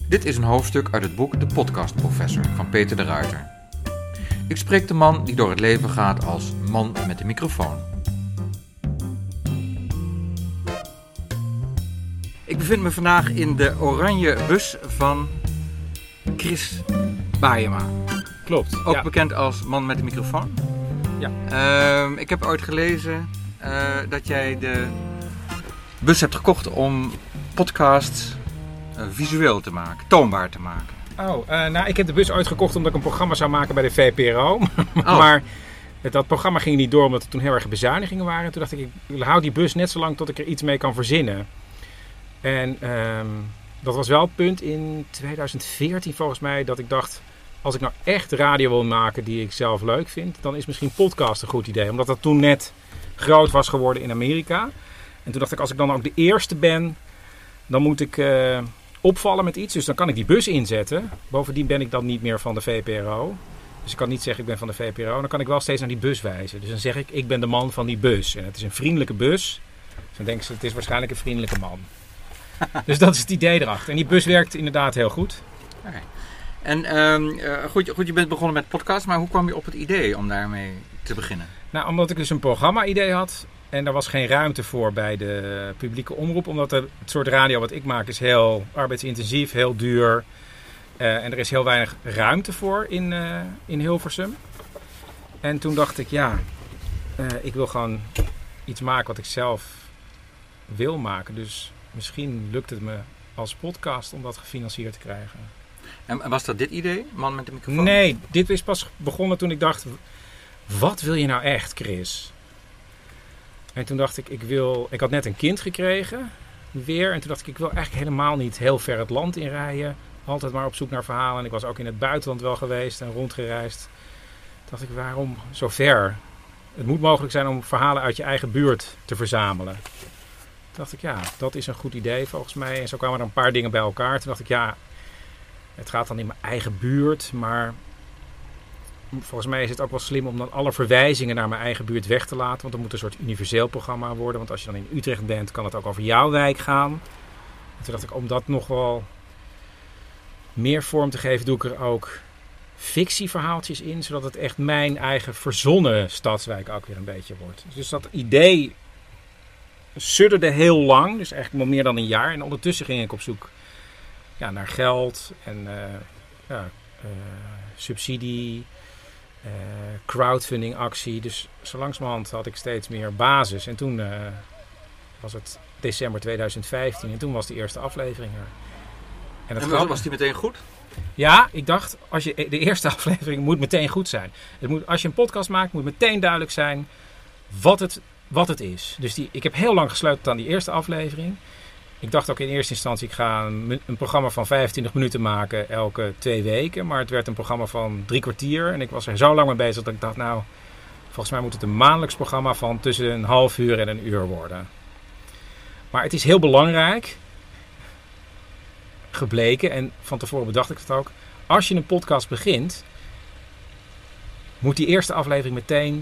Dit is een hoofdstuk uit het boek De Podcastprofessor van Peter de Ruiter. Ik spreek de man die door het leven gaat als man met de microfoon. Ik bevind me vandaag in de oranje bus van Chris Baaema. Klopt. Ook ja. bekend als man met de microfoon. Ja. Ik heb ooit gelezen dat jij de bus hebt gekocht om podcasts visueel te maken, toonbaar te maken. Ik heb de bus uitgekocht omdat ik een programma zou maken bij de VPRO. Maar dat programma ging niet door omdat er toen heel erg bezuinigingen waren. Toen dacht ik hou die bus net zo lang tot ik er iets mee kan verzinnen. En dat was wel het punt in 2014 volgens mij dat ik dacht, als ik nou echt radio wil maken die ik zelf leuk vind, dan is misschien podcast een goed idee. Omdat dat toen net groot was geworden in Amerika. En toen dacht ik, als ik dan ook de eerste ben, dan moet ik opvallen met iets. Dus dan kan ik die bus inzetten. Bovendien ben ik dan niet meer van de VPRO. Dus ik kan niet zeggen ik ben van de VPRO. Dan kan ik wel steeds naar die bus wijzen. Dus dan zeg ik ben de man van die bus. En het is een vriendelijke bus. Dus dan denken ze, het is waarschijnlijk een vriendelijke man. Dus dat is het idee erachter. En die bus werkt inderdaad heel goed. Okay. En goed, je bent begonnen met podcast, maar hoe kwam je op het idee om daarmee te beginnen? Nou, omdat ik dus een programma-idee had. En daar was geen ruimte voor bij de publieke omroep. Omdat het soort radio wat ik maak is heel arbeidsintensief, heel duur. En er is heel weinig ruimte voor in Hilversum. En toen dacht ik, ik wil gewoon iets maken wat ik zelf wil maken. Dus misschien lukt het me als podcast om dat gefinancierd te krijgen. En was dat dit idee, man met de microfoon? Nee, dit is pas begonnen toen ik dacht, wat wil je nou echt, Chris? En toen dacht ik had net een kind gekregen, weer. En toen dacht ik wil eigenlijk helemaal niet heel ver het land inrijden. Altijd maar op zoek naar verhalen. En ik was ook in het buitenland wel geweest en rondgereisd. Toen dacht ik, waarom zo ver? Het moet mogelijk zijn om verhalen uit je eigen buurt te verzamelen. Toen dacht ik, dat is een goed idee volgens mij. En zo kwamen er een paar dingen bij elkaar. Toen dacht ik, het gaat dan in mijn eigen buurt, maar volgens mij is het ook wel slim om dan alle verwijzingen naar mijn eigen buurt weg te laten. Want dan moet een soort universeel programma worden. Want als je dan in Utrecht bent, kan het ook over jouw wijk gaan. En toen dacht ik, om dat nog wel meer vorm te geven, doe ik er ook fictieverhaaltjes in. Zodat het echt mijn eigen verzonnen stadswijk ook weer een beetje wordt. Dus dat idee sudderde heel lang. Dus eigenlijk nog meer dan een jaar. En ondertussen ging ik op zoek naar geld en subsidie, crowdfunding actie. Dus zo langzamerhand had ik steeds meer basis. En toen was het december 2015 en toen was de eerste aflevering er. En was die meteen goed? Ja, ik dacht, de eerste aflevering moet meteen goed zijn. Als je een podcast maakt, moet meteen duidelijk zijn wat het is. Dus ik heb heel lang gesleuteld aan die eerste aflevering. Ik dacht ook in eerste instantie, ik ga een programma van 25 minuten maken elke 2 weken. Maar het werd een programma van 3 kwartier. En ik was er zo lang mee bezig dat ik dacht, volgens mij moet het een maandelijks programma van tussen een half uur en een uur worden. Maar het is heel belangrijk gebleken, en van tevoren bedacht ik het ook. Als je een podcast begint, moet die eerste aflevering meteen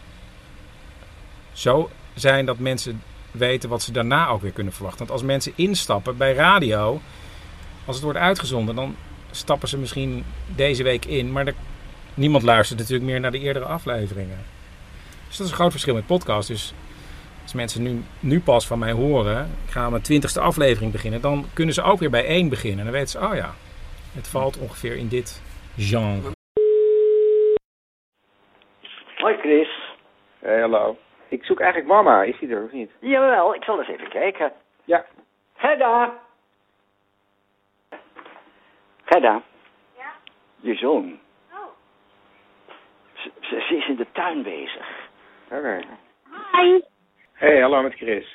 zo zijn dat mensen weten wat ze daarna ook weer kunnen verwachten. Want als mensen instappen bij radio, als het wordt uitgezonden, dan stappen ze misschien deze week in, maar niemand luistert natuurlijk meer naar de eerdere afleveringen. Dus dat is een groot verschil met podcast. Dus als mensen nu pas van mij horen, ik ga aan mijn 20e aflevering beginnen, dan kunnen ze ook weer bij 1 beginnen. En dan weten ze, het valt ongeveer in dit genre. Hoi Chris. Hey, hallo. Ik zoek eigenlijk mama. Is die er of niet? Jawel, ik zal eens even kijken. Ja. Gerda. Gerda. Ja? Je zoon. Oh. Ze is in de tuin bezig. Oké. Hi. Hey, hallo met Chris.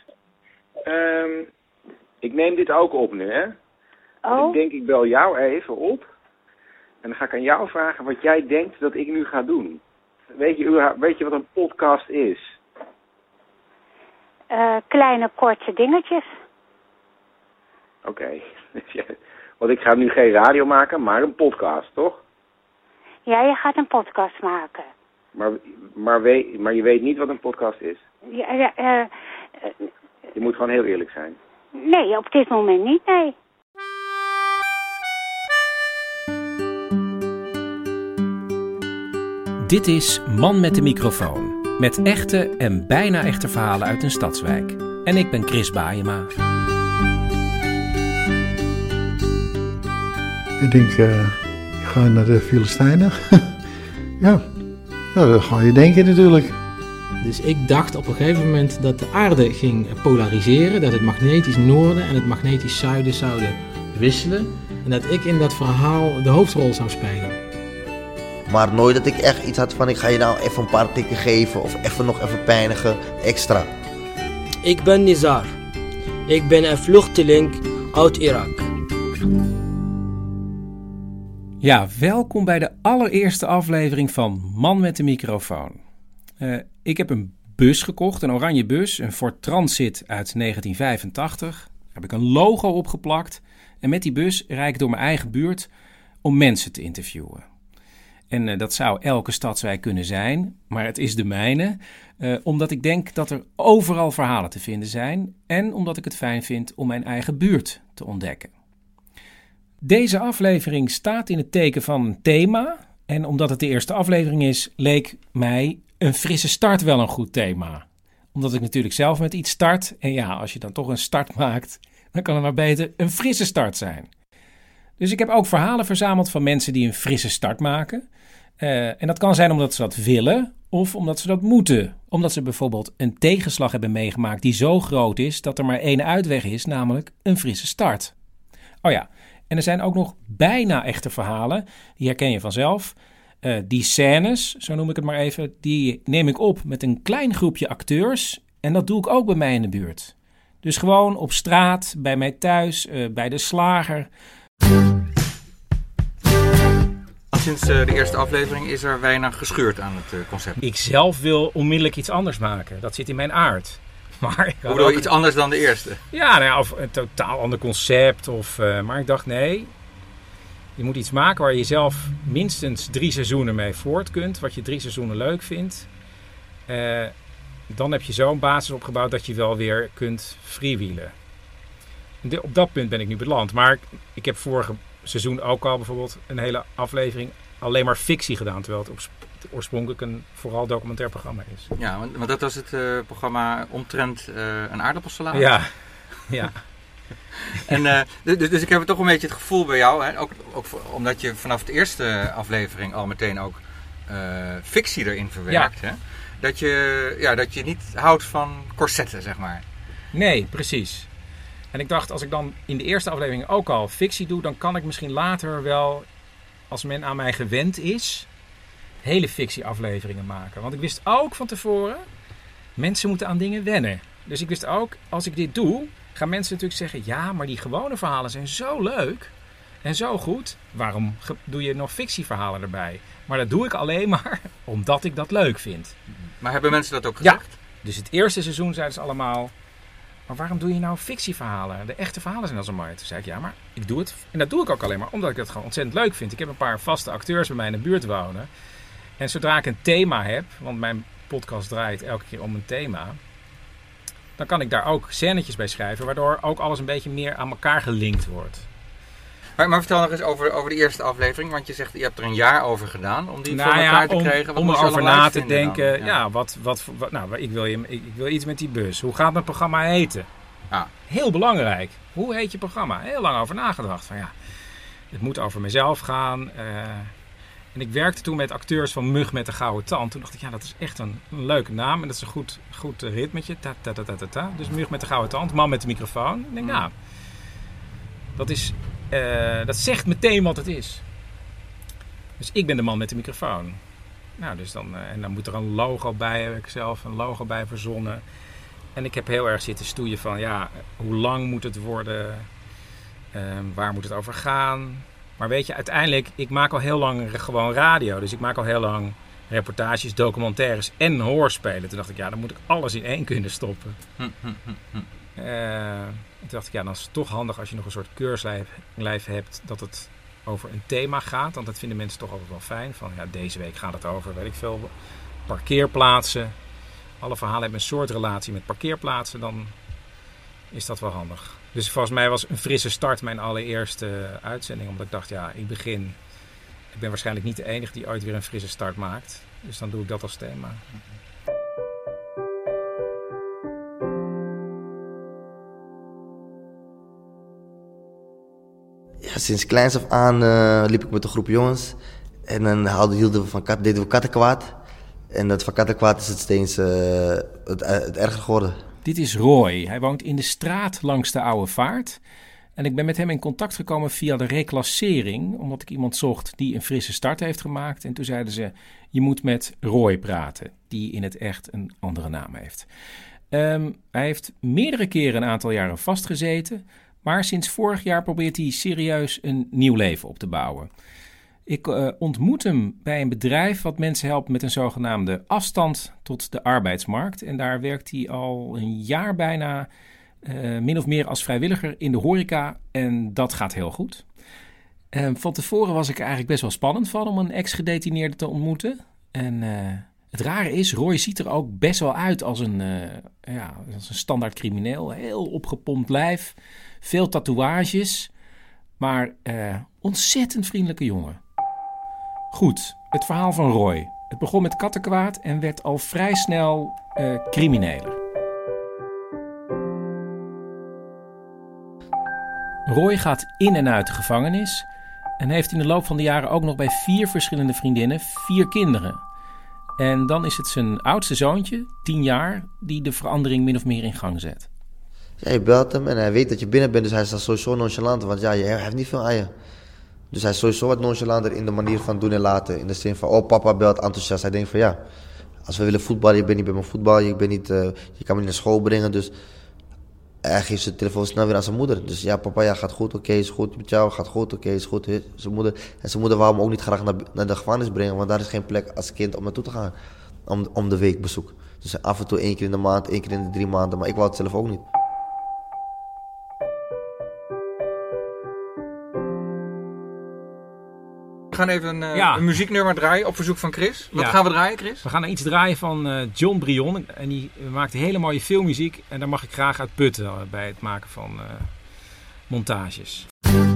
Ik neem dit ook op nu, hè? Oh. Ik denk, ik bel jou even op. En dan ga ik aan jou vragen wat jij denkt dat ik nu ga doen. Weet je wat een podcast is? Kleine, korte dingetjes. Oké. Want ik ga nu geen radio maken, maar een podcast, toch? Ja, je gaat een podcast maken. Maar je weet niet wat een podcast is? Je moet gewoon heel eerlijk zijn. Nee, op dit moment niet, nee. Dit is Man met de microfoon. Met echte en bijna echte verhalen uit een stadswijk. En ik ben Chris Baaiema. Ik denk, ik ga naar de Filistijnen. Ja, dat ga je denken natuurlijk. Dus ik dacht op een gegeven moment dat de aarde ging polariseren. Dat het magnetisch noorden en het magnetisch zuiden zouden wisselen. En dat ik in dat verhaal de hoofdrol zou spelen. Maar nooit dat ik echt iets had van ik ga je nou even een paar tikken geven of even pijnigen extra. Ik ben Nizar. Ik ben een vluchteling uit Irak. Ja, welkom bij de allereerste aflevering van Man met de microfoon. Ik heb een bus gekocht, een oranje bus, een Ford Transit uit 1985. Daar heb ik een logo opgeplakt en met die bus rijd ik door mijn eigen buurt om mensen te interviewen. En dat zou elke stadswijk kunnen zijn, maar het is de mijne. Omdat ik denk dat er overal verhalen te vinden zijn en omdat ik het fijn vind om mijn eigen buurt te ontdekken. Deze aflevering staat in het teken van een thema. En omdat het de eerste aflevering is, leek mij een frisse start wel een goed thema. Omdat ik natuurlijk zelf met iets start. En ja, als je dan toch een start maakt, dan kan het maar beter een frisse start zijn. Dus ik heb ook verhalen verzameld van mensen die een frisse start maken. En dat kan zijn omdat ze dat willen of omdat ze dat moeten. Omdat ze bijvoorbeeld een tegenslag hebben meegemaakt die zo groot is dat er maar één uitweg is, namelijk een frisse start. Oh ja, en er zijn ook nog bijna echte verhalen, die herken je vanzelf. Die scènes, zo noem ik het maar even, die neem ik op met een klein groepje acteurs. En dat doe ik ook bij mij in de buurt. Dus gewoon op straat, bij mij thuis, bij de slager. Sinds de eerste aflevering is er weinig gescheurd aan het concept. Ik zelf wil onmiddellijk iets anders maken. Dat zit in mijn aard. Maar Hoe bedoel je iets anders dan de eerste? Ja, nou ja, of een totaal ander concept. Maar ik dacht, nee, je moet iets maken waar je zelf minstens 3 seizoenen mee voort kunt. Wat je 3 seizoenen leuk vindt. Dan heb je zo'n basis opgebouwd dat je wel weer kunt freewheelen. Op dat punt ben ik nu beland. Maar ik heb vorige seizoen ook al bijvoorbeeld een hele aflevering alleen maar fictie gedaan. Terwijl het oorspronkelijk een vooral documentair programma is. Ja, want dat was het programma omtrent een aardappelsalade. Ja. En, dus ik heb toch een beetje het gevoel bij jou, hè, ook omdat je vanaf de eerste aflevering al meteen ook fictie erin verwerkt. Ja. Hè, dat je niet houdt van corsetten, zeg maar. Nee, precies. En ik dacht, als ik dan in de eerste aflevering ook al fictie doe, dan kan ik misschien later wel, als men aan mij gewend is, hele fictieafleveringen maken. Want ik wist ook van tevoren, mensen moeten aan dingen wennen. Dus ik wist ook, als ik dit doe, gaan mensen natuurlijk zeggen, ja, maar die gewone verhalen zijn zo leuk en zo goed. Waarom doe je nog fictieverhalen erbij? Maar dat doe ik alleen maar omdat ik dat leuk vind. Maar hebben mensen dat ook gezegd? Ja, dus het eerste seizoen zeiden ze allemaal, maar waarom doe je nou fictieverhalen? De echte verhalen zijn al zo mooi. Toen zei ik, ja, maar ik doe het. En dat doe ik ook alleen maar omdat ik het gewoon ontzettend leuk vind. Ik heb een paar vaste acteurs bij mij in de buurt wonen. En zodra ik een thema heb, want mijn podcast draait elke keer om een thema, dan kan ik daar ook scènetjes bij schrijven, waardoor ook alles een beetje meer aan elkaar gelinkt wordt. Maar vertel nog eens over de eerste aflevering, want je zegt, je hebt er een jaar over gedaan om die voor elkaar te krijgen. Wat om erover na te denken, dan? Ik wil iets met die bus. Hoe gaat mijn programma heten? Ah. Heel belangrijk. Hoe heet je programma? Heel lang over nagedacht. Van ja, het moet over mezelf gaan. En ik werkte toen met acteurs van Mug met de Gouden Tand. Toen dacht ik, ja, dat is echt een leuke naam. En dat is een goed ritmetje. Ta. Dus Mug met de Gouden Tand, man met de microfoon. Ik denk, nou, dat zegt meteen wat het is. Dus ik ben de man met de microfoon. Nou, dus dan moet er een logo bij, heb ik zelf een logo bij verzonnen. En ik heb heel erg zitten stoeien van, ja, hoe lang moet het worden? Waar moet het over gaan? Maar weet je, uiteindelijk, ik maak al heel lang gewoon radio. Dus ik maak al heel lang reportages, documentaires en hoorspelen. Toen dacht ik, ja, dan moet ik alles in één kunnen stoppen. Toen dacht ik, ja, dan is het toch handig als je nog een soort keurslijf hebt dat het over een thema gaat. Want dat vinden mensen toch altijd wel fijn. Van, ja, deze week gaat het over, weet ik veel, parkeerplaatsen. Alle verhalen hebben een soort relatie met parkeerplaatsen. Dan is dat wel handig. Dus volgens mij was een frisse start mijn allereerste uitzending. Omdat ik dacht, ja, ik begin ik ben waarschijnlijk niet de enige die ooit weer een frisse start maakt. Dus dan doe ik dat als thema. Ja, sinds kleins af aan liep ik met een groep jongens. En dan deden we kattenkwaad. En dat van kattenkwaad is het steeds het erger geworden. Dit is Roy. Hij woont in de straat langs de Oude Vaart. En ik ben met hem in contact gekomen via de reclassering, omdat ik iemand zocht die een frisse start heeft gemaakt. En toen zeiden ze, je moet met Roy praten, die in het echt een andere naam heeft. Hij heeft meerdere keren een aantal jaren vastgezeten, maar sinds vorig jaar probeert hij serieus een nieuw leven op te bouwen. Ik ontmoet hem bij een bedrijf wat mensen helpt met een zogenaamde afstand tot de arbeidsmarkt. En daar werkt hij al een jaar bijna min of meer als vrijwilliger in de horeca. En dat gaat heel goed. Van tevoren was ik er eigenlijk best wel spannend van om een ex-gedetineerde te ontmoeten. En het rare is, Roy ziet er ook best wel uit als een standaard crimineel. Heel opgepompt lijf, veel tatoeages, maar ontzettend vriendelijke jongen. Goed, het verhaal van Roy. Het begon met kattenkwaad en werd al vrij snel crimineler. Roy gaat in en uit de gevangenis en heeft in de loop van de jaren ook nog bij 4 verschillende vriendinnen 4 kinderen. En dan is het zijn oudste zoontje, 10 jaar, die de verandering min of meer in gang zet. Ja, je belt hem en hij weet dat je binnen bent, dus hij is dan sowieso nonchalant, want ja, je heeft niet veel aan je. Dus hij is sowieso wat nonchalanter in de manier van doen en laten. In de zin van, oh papa belt enthousiast. Hij denkt van ja, als we willen voetballen, je bent niet bij mijn voetbal, je kan me niet naar school brengen. Dus hij geeft zijn telefoon snel weer aan zijn moeder. Dus ja papa, ja gaat goed, oké, is goed met jou, gaat goed, oké, is goed. Zijn moeder wou hem ook niet graag naar de gevangenis brengen, want daar is geen plek als kind om naartoe te gaan. Om de weekbezoek. Dus af en toe 1 keer in de maand, 1 keer in de 3 maanden, maar ik wou het zelf ook niet. We gaan even een muzieknummer draaien op verzoek van Chris. Wat gaan we draaien, Chris? We gaan iets draaien van John Brion. En die maakt hele mooie filmmuziek. En daar mag ik graag uit putten bij het maken van montages.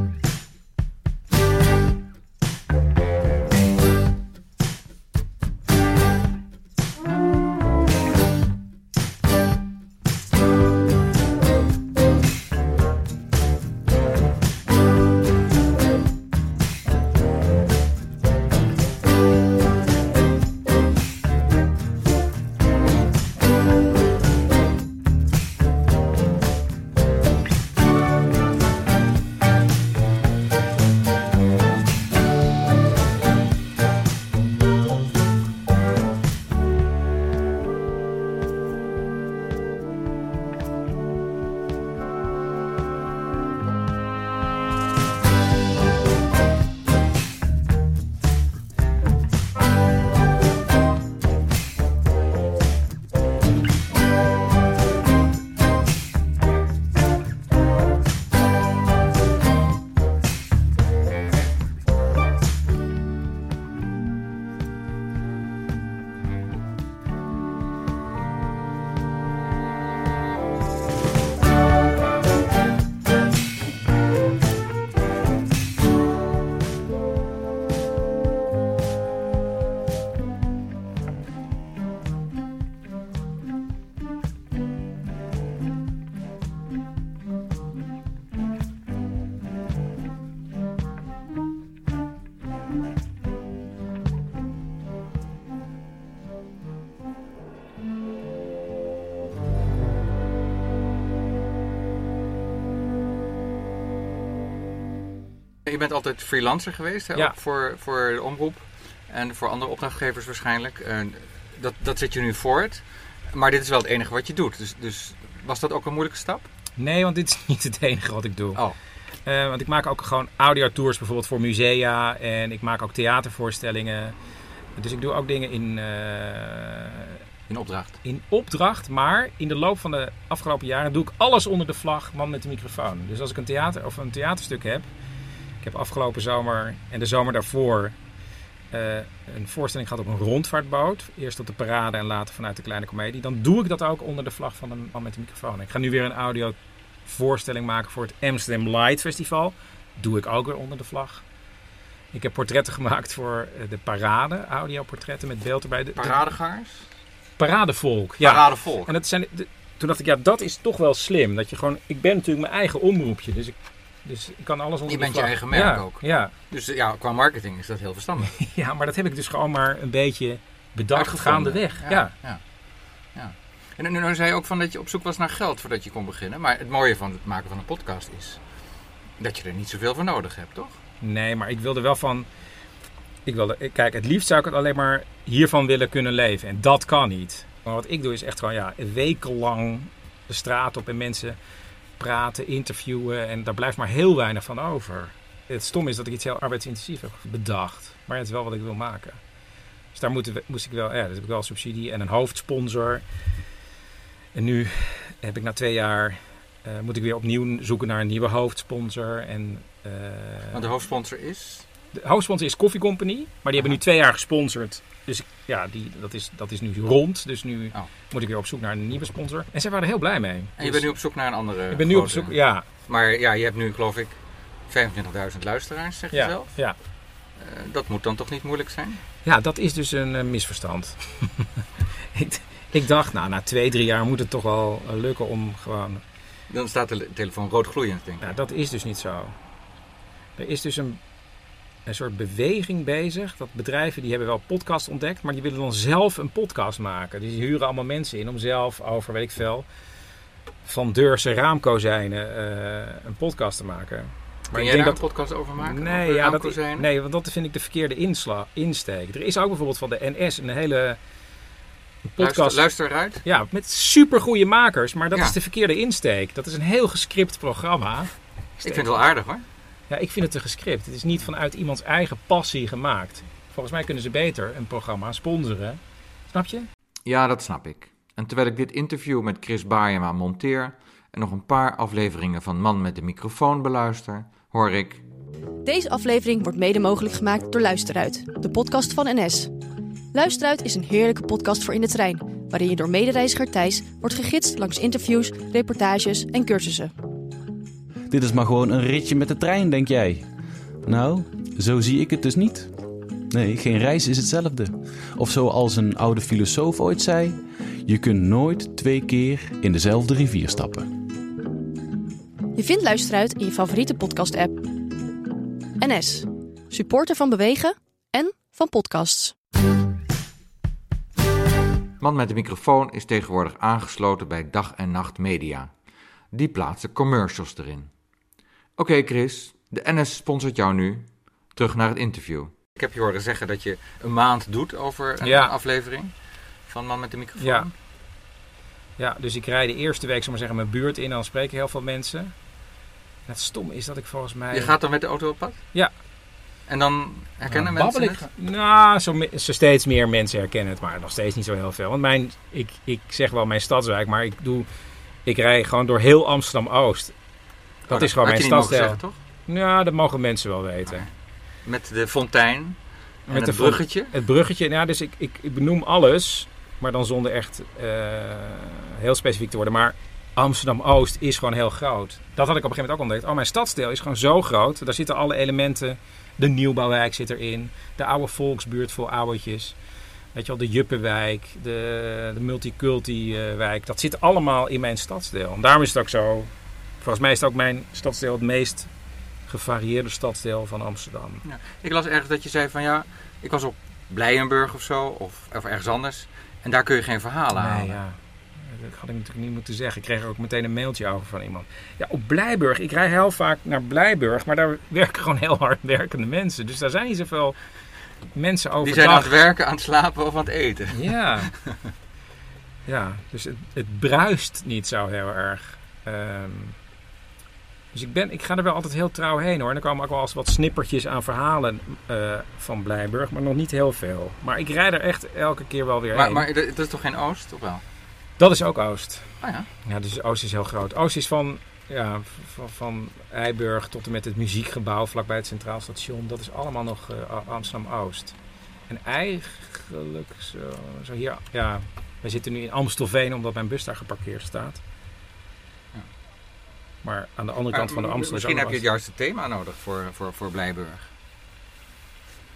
Je bent altijd freelancer geweest, hè? Ja. Ook voor de omroep en voor andere opdrachtgevers waarschijnlijk. Dat zet je nu voort, maar dit is wel het enige wat je doet. Dus was dat ook een moeilijke stap? Nee, want dit is niet het enige wat ik doe. Oh. Want ik maak ook gewoon audiotours bijvoorbeeld voor musea en ik maak ook theatervoorstellingen. Dus ik doe ook dingen in opdracht. In opdracht, maar in de loop van de afgelopen jaren doe ik alles onder de vlag man met de microfoon. Dus als ik een theaterstuk heb. Ik heb afgelopen zomer en de zomer daarvoor een voorstelling gehad op een rondvaartboot. Eerst op de parade en later vanuit de kleine komedie. Dan doe ik dat ook onder de vlag van een man met de microfoon. Ik ga nu weer een audiovoorstelling maken voor het Amsterdam Light Festival. Doe ik ook weer onder de vlag Ik heb portretten gemaakt voor de Parade, audioportretten met beeld erbij. Paradegangers? Paradevolk, ja. Paradevolk. En dat zijn, toen dacht ik, dat is toch wel slim. Dat je gewoon, ik ben natuurlijk mijn eigen omroepje, dus ik kan alles onder Je de bent je vlag. eigen merk ook. Ja. Dus qua marketing is dat heel verstandig. Ja, maar dat heb ik dus gewoon maar een beetje bedacht gaandeweg. Ja. En nu zei je ook van dat je op zoek was naar geld voordat je kon beginnen. Maar het mooie van het maken van een podcast is dat je er niet zoveel voor nodig hebt, toch? Nee, maar ik wilde wel van... Kijk, het liefst zou ik het alleen maar hiervan willen kunnen leven. En dat kan niet. Maar wat ik doe is echt gewoon wekenlang de straat op en mensen praten, interviewen. En daar blijft maar heel weinig van over. Het stom is dat ik iets heel arbeidsintensief heb bedacht. Maar het is wel wat ik wil maken. Dus daar moest ik wel... dus heb ik wel subsidie en een hoofdsponsor. En nu heb ik na 2 jaar... moet ik weer opnieuw zoeken naar een nieuwe hoofdsponsor. Want de hoofdsponsor is? De hoofdsponsor is Coffee Company. Maar die hebben nu 2 jaar gesponsord. Dus dat is nu rond. Dus nu moet ik weer op zoek naar een nieuwe sponsor. En zij waren er heel blij mee. En je bent nu op zoek naar een andere Ik ben nu op zoek, ja. Maar ja, je hebt nu geloof ik 25.000 luisteraars, zeg je zelf? Ja. Dat moet dan toch niet moeilijk zijn? Ja, dat is dus een misverstand. Ik dacht, na 2-3 jaar moet het toch wel lukken om gewoon... Dan staat de telefoon rood gloeiend, denk ik. Ja, dat is dus niet zo. Er is dus een soort beweging bezig. Dat bedrijven die hebben wel podcast ontdekt, maar die willen dan zelf een podcast maken. Dus die huren allemaal mensen in om zelf over, weet ik veel, van Deurse raamkozijnen een podcast te maken. Maar jij daar een podcast over maken? Nee, want dat vind ik de verkeerde insteek. Er is ook bijvoorbeeld van de NS een hele podcast. Luister eruit. Ja, met supergoeie makers, maar dat is de verkeerde insteek. Dat is een heel gescript programma. Ik vind het wel aardig hoor. Ja, ik vind het te gescript. Het is niet vanuit iemands eigen passie gemaakt. Volgens mij kunnen ze beter een programma sponsoren. Snap je? Ja, dat snap ik. En terwijl ik dit interview met Chris Baeyema monteer en nog een paar afleveringen van Man met de microfoon beluister, hoor ik... Deze aflevering wordt mede mogelijk gemaakt door Luisteruit, de podcast van NS. Luisteruit is een heerlijke podcast voor in de trein, waarin je door medereiziger Thijs wordt gegidst langs interviews, reportages en cursussen. Dit is maar gewoon een ritje met de trein, denk jij? Nou, zo zie ik het dus niet. Nee, geen reis is hetzelfde. Of zoals een oude filosoof ooit zei, je kunt nooit 2 keer in dezelfde rivier stappen. Je vindt Luisteruit in je favoriete podcast-app. NS, supporter van bewegen en van podcasts. Man met de microfoon is tegenwoordig aangesloten bij Dag en Nacht Media. Die plaatsen commercials erin. Oké, Chris, de NS sponsort jou nu. Terug naar het interview. Ik heb je horen zeggen dat je een maand doet over een aflevering van Man met de microfoon. Ja, dus ik rijd de eerste week, zal maar zeggen, mijn buurt in en dan spreken heel veel mensen. En het stom is dat ik volgens mij... Je gaat dan met de auto op pad? Ja. En dan herkennen mensen het? Nou, zo steeds meer mensen herkennen het, maar nog steeds niet zo heel veel. Want ik zeg wel mijn stadswijk, maar ik rij gewoon door heel Amsterdam-Oost. Dat is gewoon mijn stadsdeel. Zeggen, toch? Ja, dat mogen mensen wel weten. Okay. Met de fontein en met het bruggetje? Het bruggetje, ja, dus ik benoem alles, maar dan zonder echt heel specifiek te worden. Maar Amsterdam-Oost is gewoon heel groot. Dat had ik op een gegeven moment ook ontdekt. Oh, mijn stadsdeel is gewoon zo groot. Daar zitten alle elementen. De nieuwbouwwijk zit erin. De oude volksbuurt vol ouwetjes. Weet je wel, de Juppenwijk. De multiculti-wijk. Dat zit allemaal in mijn stadsdeel. En daarom is het ook zo... Volgens mij is het ook mijn stadsdeel het meest gevarieerde stadsdeel van Amsterdam. Ja. Ik las ergens dat je zei van ja, ik was op Blijenburg of zo. Of ergens anders. En daar kun je geen verhalen halen. Ja. Dat had ik natuurlijk niet moeten zeggen. Ik kreeg er ook meteen een mailtje over van iemand. Ja, op Blijburg. Ik rij heel vaak naar Blijburg. Maar daar werken gewoon heel hard werkende mensen. Dus daar zijn niet zoveel mensen overdag. Die zijn aan het werken, aan het slapen of aan het eten. Ja. Ja, dus het bruist niet zo heel erg. Dus ik ga er wel altijd heel trouw heen hoor. En er komen ook wel eens wat snippertjes aan verhalen van Blijburg. Maar nog niet heel veel. Maar ik rijd er echt elke keer wel weer heen. Maar dat is toch geen Oost, of wel? Dat is ook Oost. Oh ja? Ja, dus Oost is heel groot. Oost is van Eiburg tot en met het muziekgebouw vlakbij het Centraal Station. Dat is allemaal nog Amsterdam-Oost. En eigenlijk zo hier... Ja, wij zitten nu in Amstelveen omdat mijn bus daar geparkeerd staat. Ja. Maar aan de andere kant van de Amstel... Misschien heb je het juiste thema nodig voor Blijburg.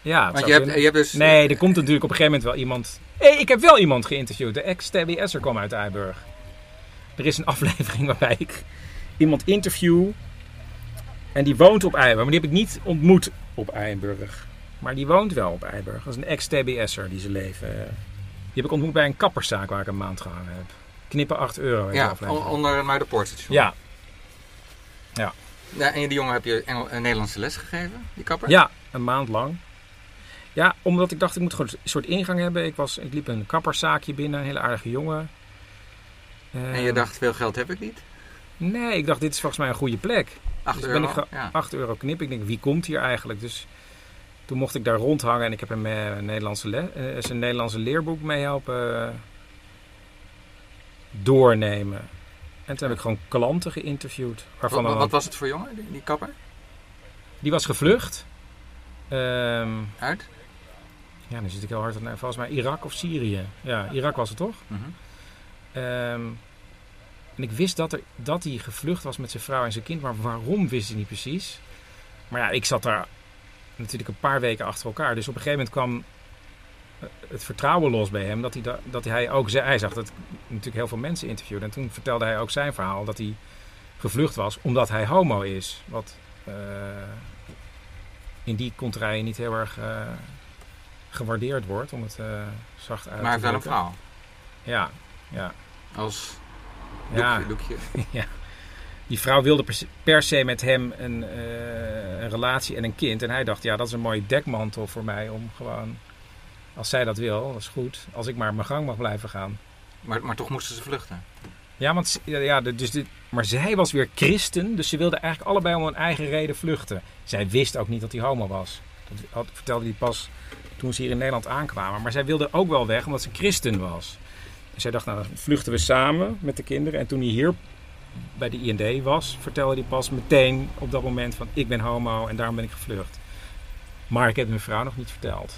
Ja, Want je hebt dus... Nee, er komt natuurlijk op een gegeven moment wel iemand... ik heb wel iemand geïnterviewd. De ex-TBS'er kwam uit Eiburg. Er is een aflevering waarbij ik iemand interview. En die woont op Eiburg. Maar die heb ik niet ontmoet op Eiburg. Maar die woont wel op Eiburg. Dat is een ex-TBS'er die zijn leven... Die heb ik ontmoet bij een kapperszaak waar ik een maand gehangen heb. Knippen €8. Ja, onder naar de poortstation. Ja. En die jongen heb je Nederlandse les gegeven, die kapper? Ja, een maand lang. Ja, omdat ik dacht, ik moet gewoon een soort ingang hebben. Ik liep een kapperszaakje binnen, een hele aardige jongen. En je dacht, veel geld heb ik niet? Nee, ik dacht, dit is volgens mij een goede plek. €8. Dus ben ik €8 knippen. Ik denk, wie komt hier eigenlijk? Dus toen mocht ik daar rondhangen en ik heb hem zijn Nederlandse leerboek mee helpen doornemen. En toen heb ik gewoon klanten geïnterviewd. Wat was het voor jongen, die kapper? Die was gevlucht. Uit? Ja, nu zit ik heel hard aan. Volgens mij Irak of Syrië. Ja, Irak was het toch? Mm-hmm. En ik wist dat hij gevlucht was met zijn vrouw en zijn kind. Maar waarom wist hij niet precies. Maar ja, ik zat daar natuurlijk een paar weken achter elkaar. Dus op een gegeven moment kwam het vertrouwen los bij hem. Dat hij ook zei. Hij zag dat natuurlijk heel veel mensen interviewden. En toen vertelde hij ook zijn verhaal. Dat hij gevlucht was omdat hij homo is. Wat in die contraien niet heel erg gewaardeerd wordt. Om het zacht uit te drukken. Maar hij heeft wel een vrouw. Ja. Als doekje. Ja. Die vrouw wilde per se met hem een relatie en een kind. En hij dacht, ja, dat is een mooie dekmantel voor mij om gewoon... Als zij dat wil, dat is goed. Als ik maar mijn gang mag blijven gaan. Maar toch moesten ze vluchten? Ja, maar zij was weer christen. Dus ze wilden eigenlijk allebei om hun eigen reden vluchten. Zij wist ook niet dat hij homo was. Dat vertelde hij pas toen ze hier in Nederland aankwamen. Maar zij wilde ook wel weg omdat ze christen was. En zij dacht, nou, dan vluchten we samen met de kinderen. En toen hij hier bij de IND was, vertelde hij pas meteen op dat moment van... Ik ben homo en daarom ben ik gevlucht. Maar ik heb mijn vrouw nog niet verteld.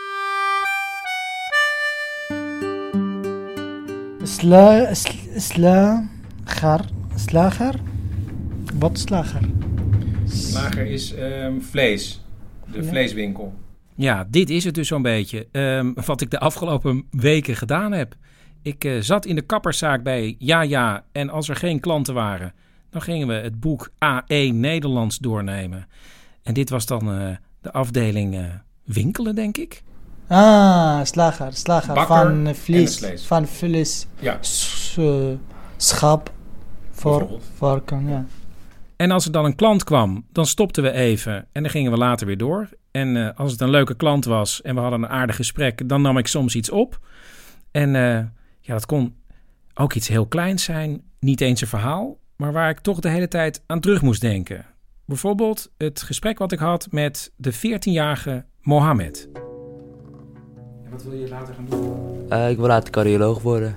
Slager? Wat slager? Slager is vlees. De vleeswinkel. Ja, dit is het dus zo'n beetje. Wat ik de afgelopen weken gedaan heb. Ik zat in de kapperszaak bij Ja. En als er geen klanten waren, dan gingen we het boek A1 Nederlands doornemen. En dit was dan de afdeling winkelen, denk ik. Slager. Bakker van vlees. Van vlees. Ja. Schap. Varken, ja. En als er dan een klant kwam, dan stopten we even en dan gingen we later weer door. En als het een leuke klant was en we hadden een aardig gesprek, dan nam ik soms iets op. En dat kon ook iets heel kleins zijn, niet eens een verhaal, maar waar ik toch de hele tijd aan terug moest denken. Bijvoorbeeld het gesprek wat ik had met de 14-jarige Mohammed. En wat wil je later gaan doen? Ik wil later cardioloog worden.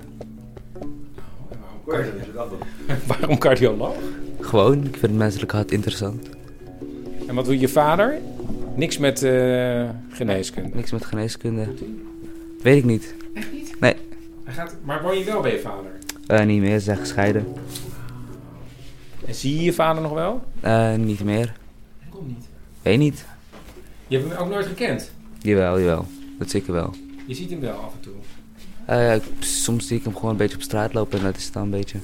Waarom cardioloog? Gewoon, ik vind het menselijk hart interessant. En wat doet je vader? Niks met geneeskunde? Niks met geneeskunde. Weet ik niet. Echt niet? Nee. Maar woon je wel bij je vader? Niet meer, ze zijn gescheiden. En zie je je vader nog wel? Niet meer. Waarom niet? Weet niet. Je hebt hem ook nooit gekend? Jawel. Dat zeker wel. Je ziet hem wel af en toe? Soms zie ik hem gewoon een beetje op straat lopen en dat is dan een beetje.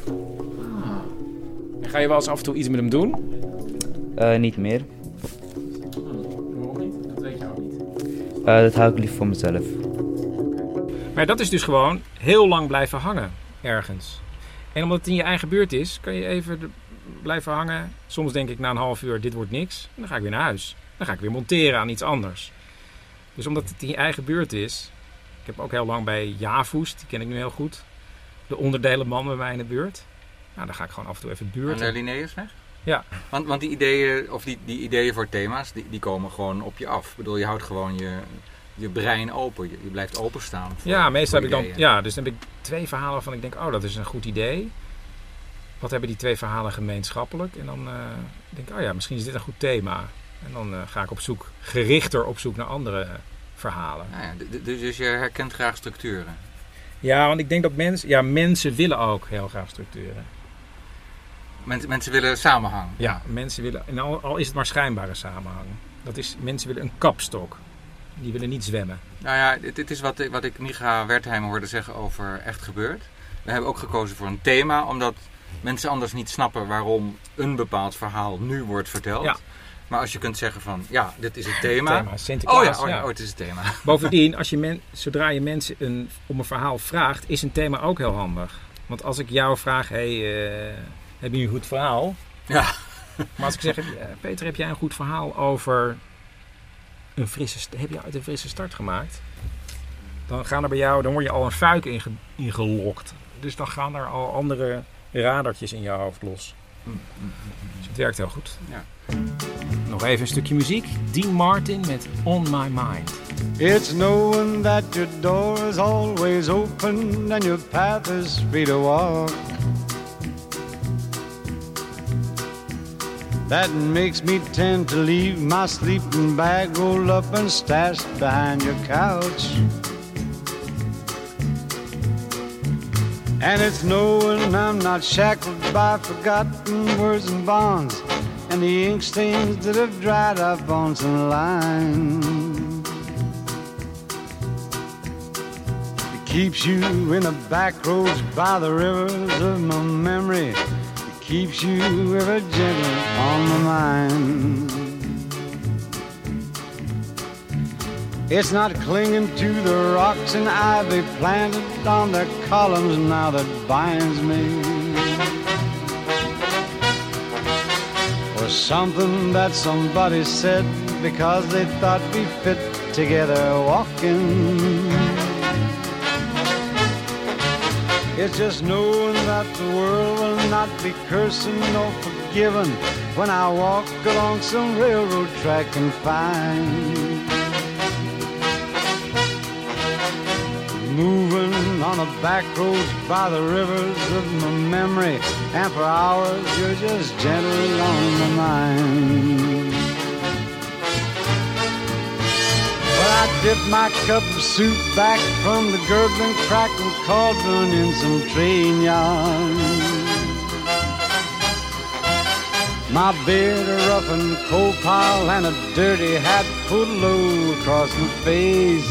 En ga je wel eens af en toe iets met hem doen? Niet meer. Waarom niet? Dat weet je ook niet. Dat hou ik liever voor mezelf. Maar dat is dus gewoon heel lang blijven hangen ergens. En omdat het in je eigen buurt is, kan je even blijven hangen. Soms denk ik na een half uur, dit wordt niks. En dan ga ik weer naar huis. Dan ga ik weer monteren aan iets anders. Dus omdat het in je eigen buurt is. Ik heb ook heel lang bij Javoes, die ken ik nu heel goed. De onderdelenman bij mij in de buurt. Nou, dan ga ik gewoon af en toe even buurten. En de Linnaeusweg? Ja. Want die ideeën, of die ideeën voor thema's, die komen gewoon op je af. Ik bedoel, je houdt gewoon je brein open. Je blijft openstaan. Ja, meestal heb ik dan. Ja, dus dan heb ik 2 verhalen waarvan ik denk, oh, dat is een goed idee. Wat hebben die 2 verhalen gemeenschappelijk? En dan denk ik, oh ja, misschien is dit een goed thema. En dan ga ik gerichter op zoek naar andere verhalen. Nou ja, dus je herkent graag structuren. Ja, want ik denk dat mensen willen ook heel graag structuren. Mensen willen samenhang. Ja, mensen willen, en al is het maar schijnbare samenhang. Mensen willen een kapstok. Die willen niet zwemmen. Nou ja, dit is wat ik Micha Wertheim hoorde zeggen over Echt Gebeurd. We hebben ook gekozen voor een thema, omdat mensen anders niet snappen waarom een bepaald verhaal nu wordt verteld. Ja. Maar als je kunt zeggen van, ja, dit is het thema. Sinterklaas. Het is het thema. Bovendien, zodra je mensen om een verhaal vraagt, is een thema ook heel handig. Want als ik jou vraag, heb je een goed verhaal? Ja. Maar als ik zeg, Peter, heb jij een goed verhaal over heb je uit een frisse start gemaakt? Dan gaan er bij jou, dan word je al een fuik ingelokt. Dus dan gaan er al andere radartjes in je hoofd los. Dus het werkt heel goed. Ja. Nog even een stukje muziek. Dean Martin met On My Mind. It's knowing that your door is always open and your path is free to walk. That makes me tend to leave my sleeping bag rolled up and stashed behind your couch. And it's knowing I'm not shackled by forgotten words and bonds and the ink stains that have dried up on some lines. It keeps you in the back roads by the rivers of my memory. It keeps you ever gentle on my mind. It's not clinging to the rocks and ivy planted on their columns now that binds me. Or something that somebody said because they thought we fit together walking. It's just knowing that the world will not be cursing nor forgiving when I walk along some railroad track and find moving on the back roads by the rivers of my memory, and for hours you're just gentle on my mind. But I dip my cup of soup back from the gurgling, crackling cauldron in some train yarn. My beard a roughened coal pile and a dirty hat pulled low across my face.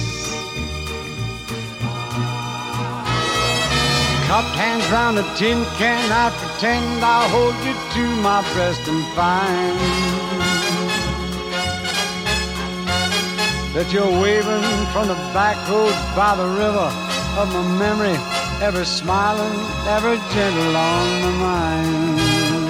Cupped hands round a tin can, I pretend I'll hold you to my breast and find that you're waving from the back roads by the river of my memory, ever smiling, ever gentle on my mind.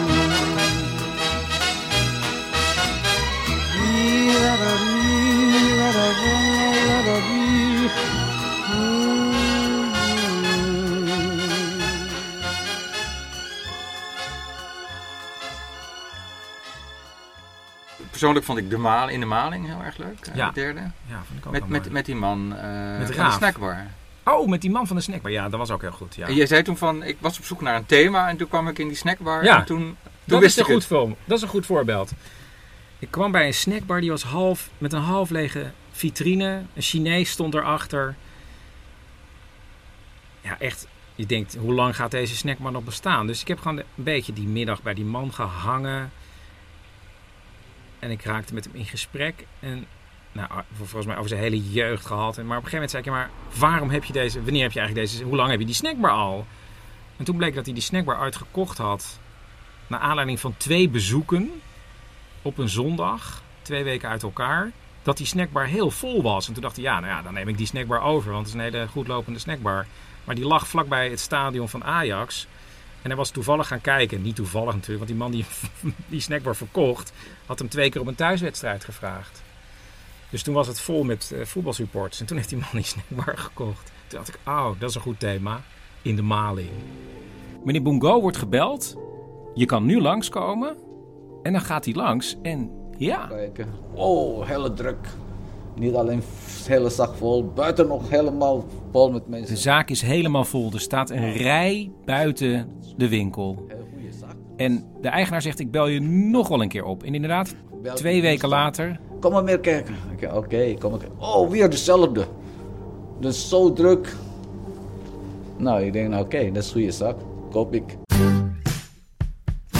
Persoonlijk vond ik In de Maling heel erg leuk. Ja. De derde. Ja, vond ik ook met die man met van de snackbar. Oh, met die man van de snackbar. Ja, dat was ook heel goed. Ja. En jij zei toen van, ik was op zoek naar een thema en toen kwam ik in die snackbar. Ja, en toen dat wist is ik het. Dat is een goed voorbeeld. Ik kwam bij een snackbar, die was met een half lege vitrine. Een Chinees stond erachter. Ja, echt. Je denkt, hoe lang gaat deze snackbar nog bestaan? Dus ik heb gewoon een beetje die middag bij die man gehangen. En ik raakte met hem in gesprek. En nou, volgens mij over zijn hele jeugd gehad. Maar op een gegeven moment zei ik, maar waarom heb je wanneer heb je eigenlijk hoe lang heb je die snackbar al? En toen bleek dat hij die snackbar uitgekocht had. Naar aanleiding van 2 bezoeken. Op een zondag. 2 weken uit elkaar. Dat die snackbar heel vol was. En toen dacht hij, dan neem ik die snackbar over. Want het is een hele goed lopende snackbar. Maar die lag vlakbij het stadion van Ajax. En hij was toevallig gaan kijken. Niet toevallig natuurlijk, want die man die die snackbar verkocht, had hem 2 keer op een thuiswedstrijd gevraagd. Dus toen was het vol met voetbalsupporters. En toen heeft die man die snackbar gekocht. Toen dacht ik, dat is een goed thema. In de Maling. Meneer Bungo wordt gebeld. Je kan nu langskomen. En dan gaat hij langs. En ja. Kijken. Oh, hele druk. Niet alleen de hele zak vol, buiten nog helemaal vol met mensen. De zaak is helemaal vol. Er staat een rij buiten de winkel. En de eigenaar zegt, ik bel je nog wel een keer op. En inderdaad, 2 weken later... Kom maar meer kijken. Oké, kom maar kijken. Oh, weer dezelfde. Dus zo druk. Nou, ik denk, oké, dat is goede zaak. Koop ik.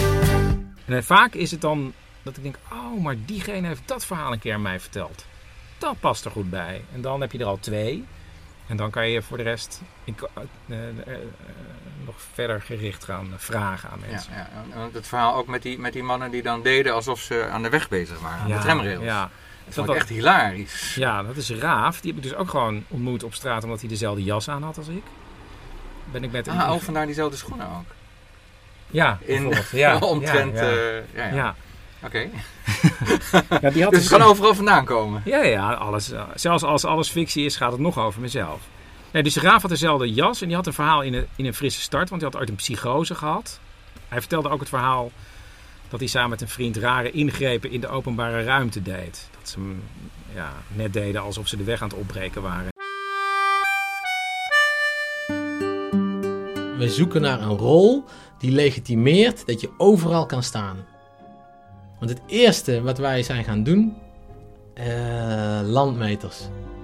En vaak is het dan dat ik denk, maar diegene heeft dat verhaal een keer aan mij verteld. dat past er goed bij. En dan heb je er al 2. En dan kan je voor de rest nog verder gericht gaan vragen aan mensen. Ja, want het verhaal ook met die mannen die dan deden alsof ze aan de weg bezig waren, aan de tramrails. Ja. Dat vond ik echt hilarisch. Ja, dat is Raaf. Die heb ik dus ook gewoon ontmoet op straat, omdat hij dezelfde jas aan had als ik. Ben ik met vandaar diezelfde schoenen ook. Ja, omtrent. Ja. Oké. Ja, die had dus het kan overal vandaan komen. Ja, alles. Zelfs als alles fictie is, gaat het nog over mezelf. Ja, dus Raaf had dezelfde jas en die had een verhaal in een frisse start, want hij had ooit een psychose gehad. Hij vertelde ook het verhaal dat hij samen met een vriend rare ingrepen in de openbare ruimte deed. Dat ze net deden alsof ze de weg aan het opbreken waren. We zoeken naar een rol die legitimeert dat je overal kan staan. Want het eerste wat wij zijn gaan doen, landmeters.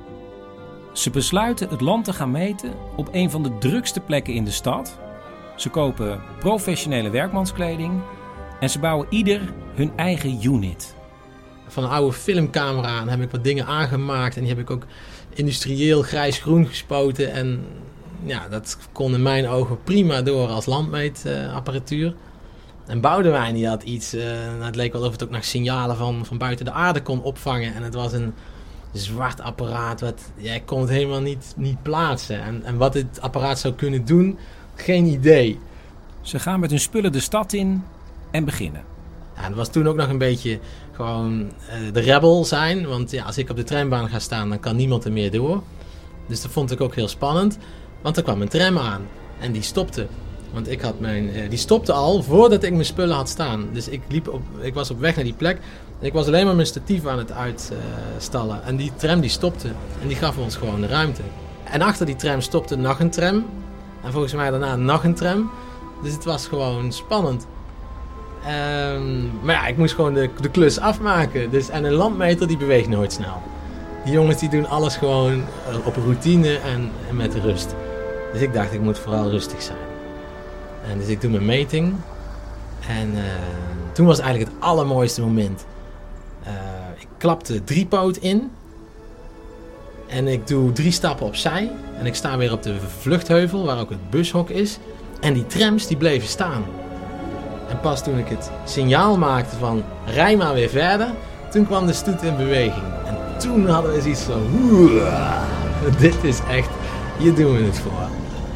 Ze besluiten het land te gaan meten op een van de drukste plekken in de stad. Ze kopen professionele werkmanskleding en ze bouwen ieder hun eigen unit. Van een oude filmcamera heb ik wat dingen aangemaakt en die heb ik ook industrieel grijs-groen gespoten. En ja, dat kon in mijn ogen prima door als landmeetapparatuur. En Boudewijn die had iets, het leek wel of het ook nog signalen van buiten de aarde kon opvangen. En het was een zwart apparaat, ik kon het helemaal niet plaatsen. En wat dit apparaat zou kunnen doen, geen idee. Ze gaan met hun spullen de stad in en beginnen. Ja, het was toen ook nog een beetje gewoon de rebel zijn. Want ja, als ik op de trambaan ga staan, dan kan niemand er meer door. Dus dat vond ik ook heel spannend. Want er kwam een tram aan en die stopte. Want die stopte al voordat ik mijn spullen had staan. Dus ik was op weg naar die plek. En ik was alleen maar mijn statief aan het uitstallen. En die tram die stopte. En die gaf ons gewoon de ruimte. En achter die tram stopte nog een tram. En volgens mij daarna nog een tram. Dus het was gewoon spannend. Maar ja, ik moest gewoon de klus afmaken. Dus, en een landmeter die beweegt nooit snel. Die jongens die doen alles gewoon op routine en met rust. Dus ik dacht, ik moet vooral rustig zijn. En dus ik doe mijn meting. En toen was eigenlijk het allermooiste moment. Ik klap de driepoot in. En ik doe 3 stappen opzij. En ik sta weer op de vluchtheuvel, waar ook het bushok is. En die trams die bleven staan. En pas toen ik het signaal maakte van rij maar weer verder, toen kwam de stoet in beweging. En toen hadden we zoiets van, dit is echt, hier doen we het voor.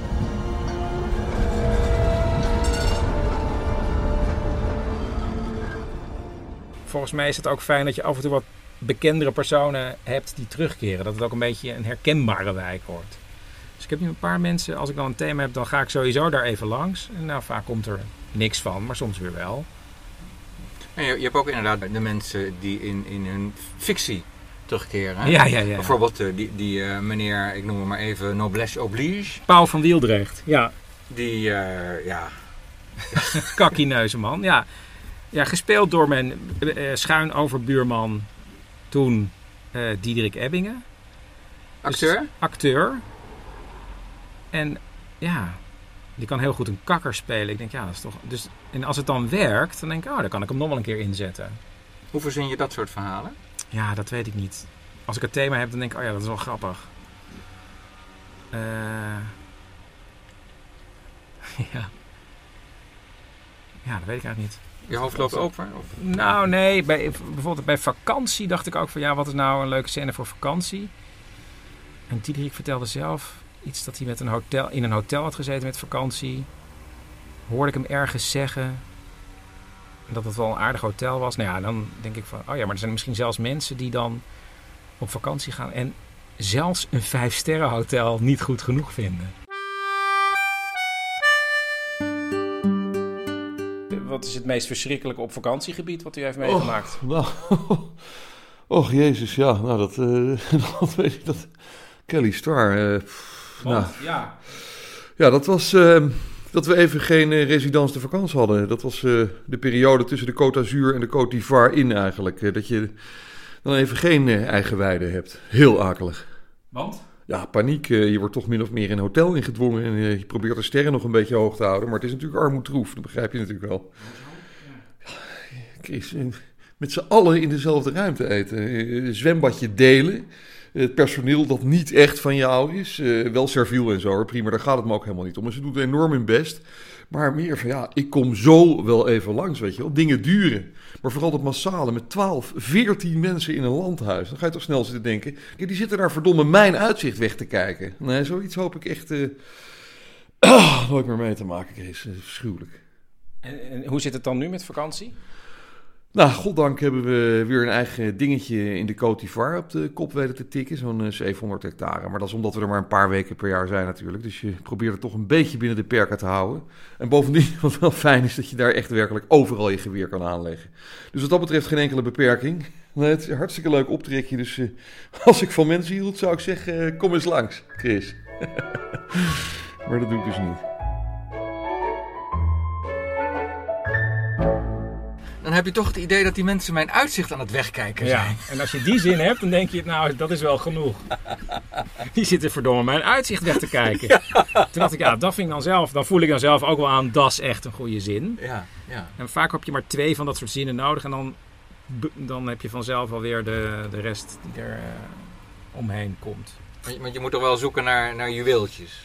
Volgens mij is het ook fijn dat je af en toe wat bekendere personen hebt die terugkeren. Dat het ook een beetje een herkenbare wijk wordt. Dus ik heb nu een paar mensen, als ik dan een thema heb, dan ga ik sowieso daar even langs. En nou, vaak komt er niks van, maar soms weer wel. En je hebt ook inderdaad de mensen die in hun fictie terugkeren. Hè? Ja. Bijvoorbeeld die meneer, ik noem hem maar even, Noblesse Oblige. Paul van Wieldrecht, ja. Die, Kakkieneuzenman, ja. Ja, gespeeld door mijn schuin overbuurman toen Diederik Ebbingen. Acteur. En ja, die kan heel goed een kakker spelen. Ik denk, ja, dat is toch... Dus, en als het dan werkt, dan denk ik, dan kan ik hem nog wel een keer inzetten. Hoe verzin je dat soort verhalen? Ja, dat weet ik niet. Als ik het thema heb, dan denk ik, dat is wel grappig. Ja, dat weet ik eigenlijk niet. Je hoofd loopt open? Of? Nou, nee. Bijvoorbeeld bij vakantie dacht ik ook van, wat is nou een leuke scène voor vakantie? En Diederik vertelde zelf iets dat hij in een hotel had gezeten met vakantie. Hoorde ik hem ergens zeggen dat het wel een aardig hotel was. Nou ja, dan denk ik van, maar er zijn misschien zelfs mensen die dan op vakantie gaan en zelfs een 5-sterren hotel niet goed genoeg vinden. Wat is het meest verschrikkelijke op vakantiegebied wat u heeft meegemaakt? Och jezus, ja. Nou, dat weet ik. Dat Kelly Star. Ja, dat was dat we even geen résidence de vakantie hadden. Dat was de periode tussen de Côte d'Azur en de Côte d'Ivoire in eigenlijk. Dat je dan even geen eigen weide hebt. Heel akelig. Want? Ja, paniek. Je wordt toch min of meer in een hotel ingedwongen. En je probeert de sterren nog een beetje hoog te houden. Maar het is natuurlijk armoedtroef. Dat begrijp je natuurlijk wel. Ja, Chris, met z'n allen in dezelfde ruimte eten. Een zwembadje delen. Het personeel dat niet echt van jou is. Wel serviel en zo, hoor, prima, daar gaat het me ook helemaal niet om. En ze doen enorm hun best. Maar meer van, ja, ik kom zo wel even langs, weet je wel. Dingen duren. Maar vooral dat massale met 12, 14 mensen in een landhuis. Dan ga je toch snel zitten denken, kijk, die zitten daar verdomme mijn uitzicht weg te kijken. Nee, zoiets hoop ik echt nooit meer mee te maken, Kees. Verschuwelijk. En hoe zit het dan nu met vakantie? Nou, goddank hebben we weer een eigen dingetje in de Côte d'Ivoire op de kop weten te tikken. Zo'n 700 hectare. Maar dat is omdat we er maar een paar weken per jaar zijn natuurlijk. Dus je probeert het toch een beetje binnen de perken te houden. En bovendien, wat wel fijn is, dat je daar echt werkelijk overal je geweer kan aanleggen. Dus wat dat betreft geen enkele beperking. Nee, het is een hartstikke leuk optrekje. Dus als ik van mensen hield, zou ik zeggen, kom eens langs, Chris. Maar dat doe ik dus niet. Dan heb je toch het idee dat die mensen mijn uitzicht aan het wegkijken zijn. Ja, en als je die zin hebt, dan denk je, nou, dat is wel genoeg. Die zitten verdomme mijn uitzicht weg te kijken. Ja. Toen dacht ik, ja, dat vind ik dan zelf, dan voel ik dan zelf ook wel aan, dat is echt een goede zin. Ja. En vaak heb je maar 2 van dat soort zinnen nodig en dan heb je vanzelf alweer de rest die er omheen komt. Want je moet toch wel zoeken naar juweeltjes.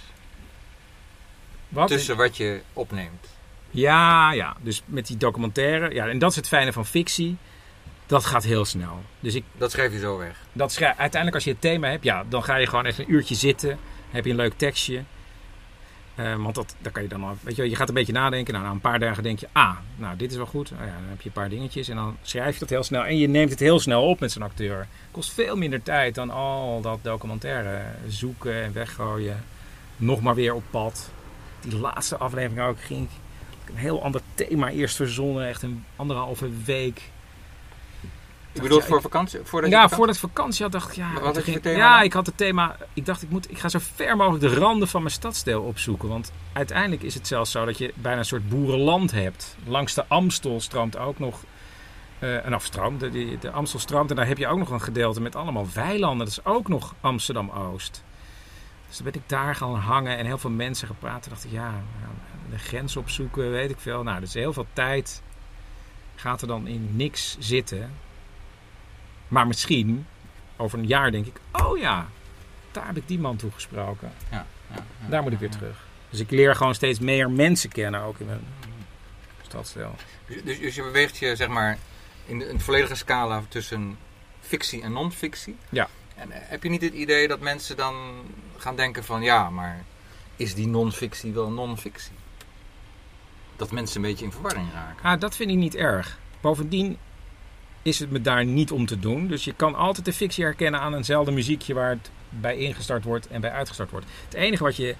Wat? Tussen wat je opneemt. Ja, dus met die documentaire. Ja, en dat is het fijne van fictie. Dat gaat heel snel. Dus dat schrijf je zo weg. Uiteindelijk als je het thema hebt, ja, dan ga je gewoon even een uurtje zitten. Dan heb je een leuk tekstje. Want daar kan je dan, weet je gaat een beetje nadenken. Nou, na een paar dagen denk je, nou, dit is wel goed. Dan heb je een paar dingetjes en dan schrijf je dat heel snel. En je neemt het heel snel op met zo'n acteur. Het kost veel minder tijd dan al dat documentaire zoeken en weggooien. Nog maar weer op pad. Die laatste aflevering ook ging een heel ander thema eerst verzonnen. Echt een 1,5 week. Je bedoelt voor vakantie? Voordat ik vakantie had, dacht ik, ja... Wat had je het thema? Ja, ik had het thema... Ik dacht, ik ga zo ver mogelijk de randen van mijn stadsdeel opzoeken. Want uiteindelijk is het zelfs zo dat je bijna een soort boerenland hebt. Langs de Amstel stroomt ook nog... een afstroom. De Amstel stroomt en daar heb je ook nog een gedeelte met allemaal weilanden. Dat is ook nog Amsterdam-Oost. Dus dan ben ik daar gaan hangen en heel veel mensen gepraat. Toen dacht ik, de grens opzoeken, weet ik veel. Nou, dus heel veel tijd gaat er dan in niks zitten. Maar misschien, over een jaar denk ik, oh ja, daar heb ik die man toegesproken. Ja, daar moet ik weer terug. Dus ik leer gewoon steeds meer mensen kennen, ook in mijn stadsdeel. Dus je beweegt je, zeg maar, in de volledige scala tussen fictie en non-fictie. Ja. En heb je niet het idee dat mensen dan gaan denken van, ja, maar is die non-fictie wel non-fictie? Dat mensen een beetje in verwarring raken. Dat vind ik niet erg. Bovendien is het me daar niet om te doen. Dus je kan altijd de fictie herkennen aan eenzelfde muziekje waar het bij ingestart wordt en bij uitgestart wordt. Het enige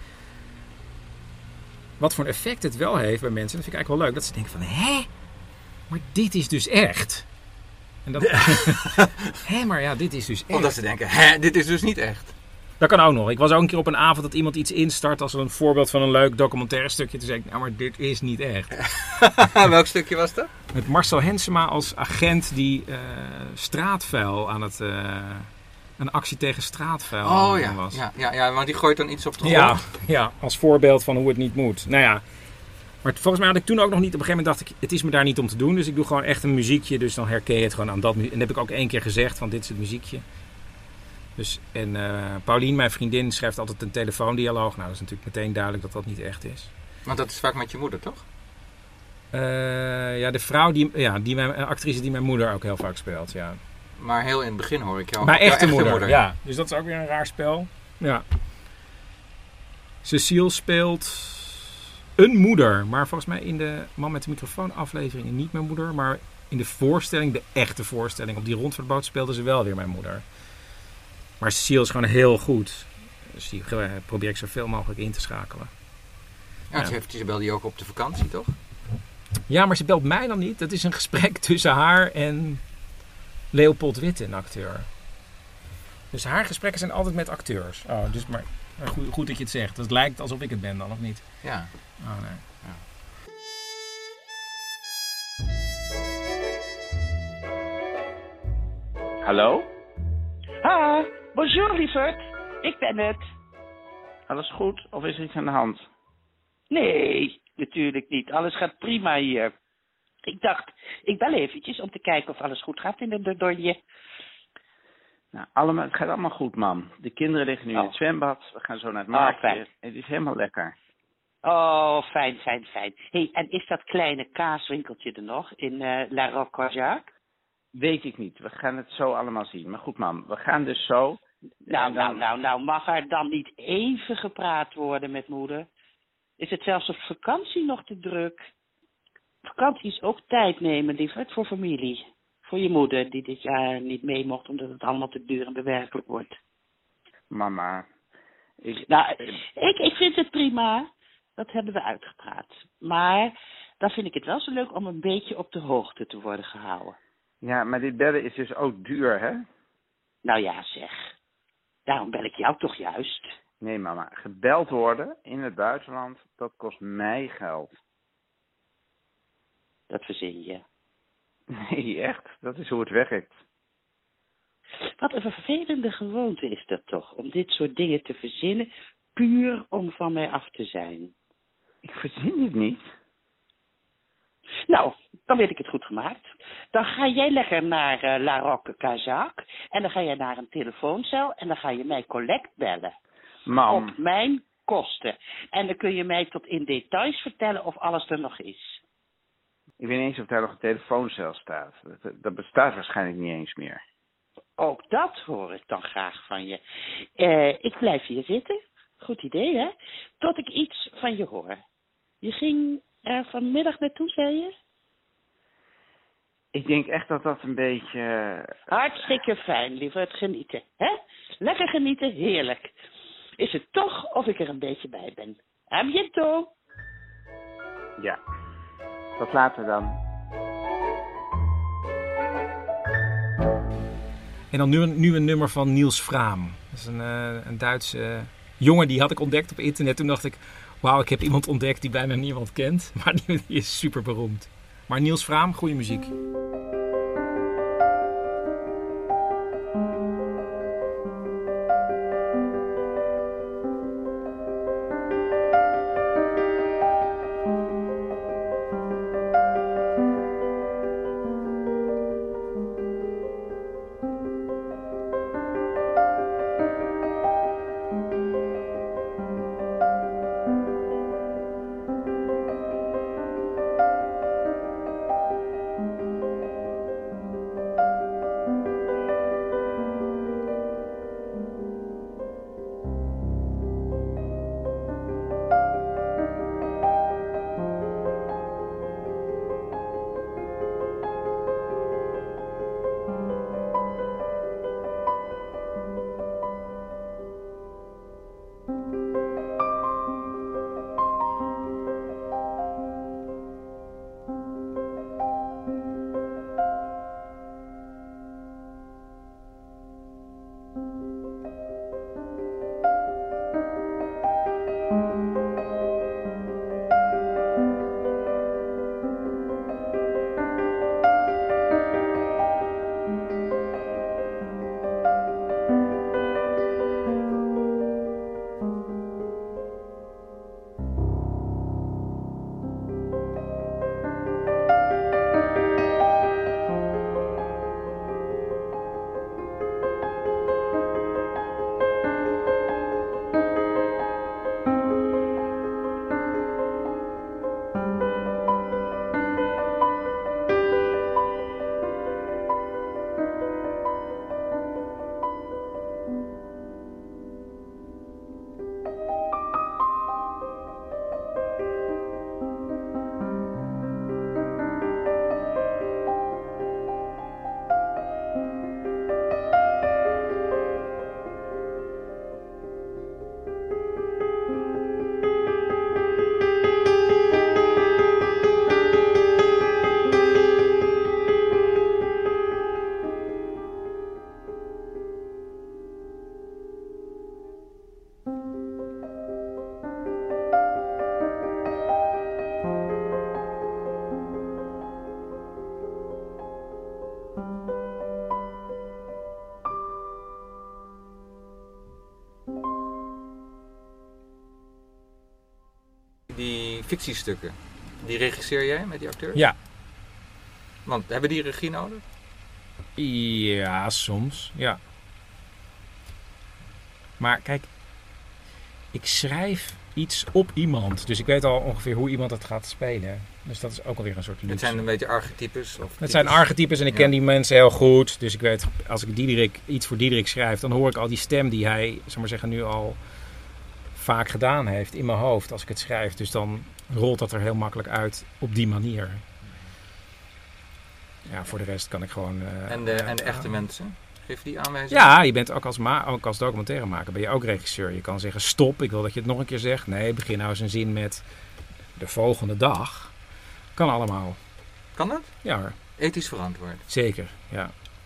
wat voor een effect het wel heeft bij mensen, dat vind ik eigenlijk wel leuk, dat ze denken van, maar dit is dus echt. En dat, maar ja, dit is dus echt. Omdat ze denken, dit is dus niet echt. Dat kan ook nog. Ik was ook een keer op een avond dat iemand iets instart als een voorbeeld van een leuk documentaire stukje. Toen zei ik, maar dit is niet echt. Welk stukje was dat? Met Marcel Hensema als agent die straatvuil aan het... een actie tegen straatvuil was. Ja, want die gooit dan iets op de grond. Ja, als voorbeeld van hoe het niet moet. Nou ja, maar volgens mij had ik toen ook nog niet... Op een gegeven moment dacht ik, het is me daar niet om te doen. Dus ik doe gewoon echt een muziekje. Dus dan herken je het gewoon aan dat muziekje. En dat heb ik ook 1 keer gezegd, van dit is het muziekje. Dus, en Paulien, mijn vriendin, schrijft altijd een telefoondialoog. Nou, dat is natuurlijk meteen duidelijk dat dat niet echt is. Want dat is vaak met je moeder, toch? De vrouw, een actrice die mijn moeder ook heel vaak speelt, ja. Maar heel in het begin hoor ik jou. Mijn echte moeder, ja. Dus dat is ook weer een raar spel. Ja. Cecile speelt een moeder. Maar volgens mij in de Man met de Microfoon aflevering niet mijn moeder. Maar in de voorstelling, de echte voorstelling op die rondvaartboot, speelde ze wel weer mijn moeder. Maar Cecile is gewoon heel goed. Dus die probeer ik zoveel mogelijk in te schakelen. Ja, ze belde je ook op de vakantie, toch? Ja, maar ze belt mij dan niet. Dat is een gesprek tussen haar en Leopold Witte, een acteur. Dus haar gesprekken zijn altijd met acteurs. Oh, dus maar goed dat je het zegt. Het lijkt alsof ik het ben dan, of niet? Ja. Oh, nee. Ja. Hallo? Bonjour lieverd. Ik ben het. Alles goed of is er iets aan de hand? Nee, natuurlijk niet. Alles gaat prima hier. Ik dacht, ik bel eventjes om te kijken of alles goed gaat in de Dorje. Nou, het gaat allemaal goed, mam. De kinderen liggen nu in het zwembad. We gaan zo naar het marktje. Fijn. Het is helemaal lekker. Oh, fijn. Hey, en is dat kleine kaaswinkeltje er nog in La Roque-Cajac? Weet ik niet. We gaan het zo allemaal zien. Maar goed, mam. We gaan dus zo. Nou, mag er dan niet even gepraat worden met moeder? Is het zelfs op vakantie nog te druk? Vakantie is ook tijd nemen, lieverd, voor familie. Voor je moeder, die dit jaar niet mee mocht, omdat het allemaal te duur en bewerkelijk wordt. Mama. Ik vind het prima. Dat hebben we uitgepraat. Maar dan vind ik het wel zo leuk om een beetje op de hoogte te worden gehouden. Ja, maar dit bellen is dus ook duur, hè? Nou ja, zeg. Daarom bel ik jou toch juist. Nee, mama. Gebeld worden in het buitenland, dat kost mij geld. Dat verzin je. Nee, echt. Dat is hoe het werkt. Wat een vervelende gewoonte is dat toch, om dit soort dingen te verzinnen, puur om van mij af te zijn. Ik verzin het niet. Nou, dan weet ik het goed gemaakt. Dan ga jij lekker naar La Roque-Cajac en dan ga jij naar een telefooncel en dan ga je mij collect bellen. Mam. Op mijn kosten. En dan kun je mij tot in details vertellen of alles er nog is. Ik weet niet eens of daar nog een telefooncel staat. Dat bestaat waarschijnlijk niet eens meer. Ook dat hoor ik dan graag van je. Ik blijf hier zitten. Goed idee, hè? Tot ik iets van je hoor. Je ging er vanmiddag naartoe, zei je? Ik denk echt dat dat een beetje... Hartstikke fijn, lieverd. Genieten, hè? Lekker genieten, heerlijk. Is het toch of ik er een beetje bij ben? A bientôt. Ja. Tot later dan. En dan nu een nummer van Niels Frahm. Dat is een Duitse jongen, die had ik ontdekt op internet. Toen dacht ik, wauw, ik heb iemand ontdekt die bijna niemand kent. Maar die is super beroemd. Maar Niels Frahm, goede muziek. Die fictiestukken, die regisseer jij met die acteurs? Ja. Want hebben die regie nodig? Ja, soms. Ja. Maar kijk, ik schrijf iets op iemand. Dus ik weet al ongeveer hoe iemand het gaat spelen. Dus dat is ook alweer een soort luxe. Het zijn een beetje archetypes? Het zijn archetypes en ik ken die mensen heel goed. Dus ik weet, als ik iets voor Diederik schrijf, dan hoor ik al die stem die hij, zal maar zeggen, nu al vaak gedaan heeft in mijn hoofd als ik het schrijf. Dus dan rolt dat er heel makkelijk uit op die manier. Ja, voor de rest kan ik gewoon... En de echte mensen? Geef die aanwijzing? Ja, je bent ook als documentairemaker ben je ook regisseur. Je kan zeggen, stop, ik wil dat je het nog een keer zegt. Nee, begin nou eens een zin met de volgende dag. Kan allemaal. Kan dat? Ja hoor. Ethisch verantwoord? Zeker, ja.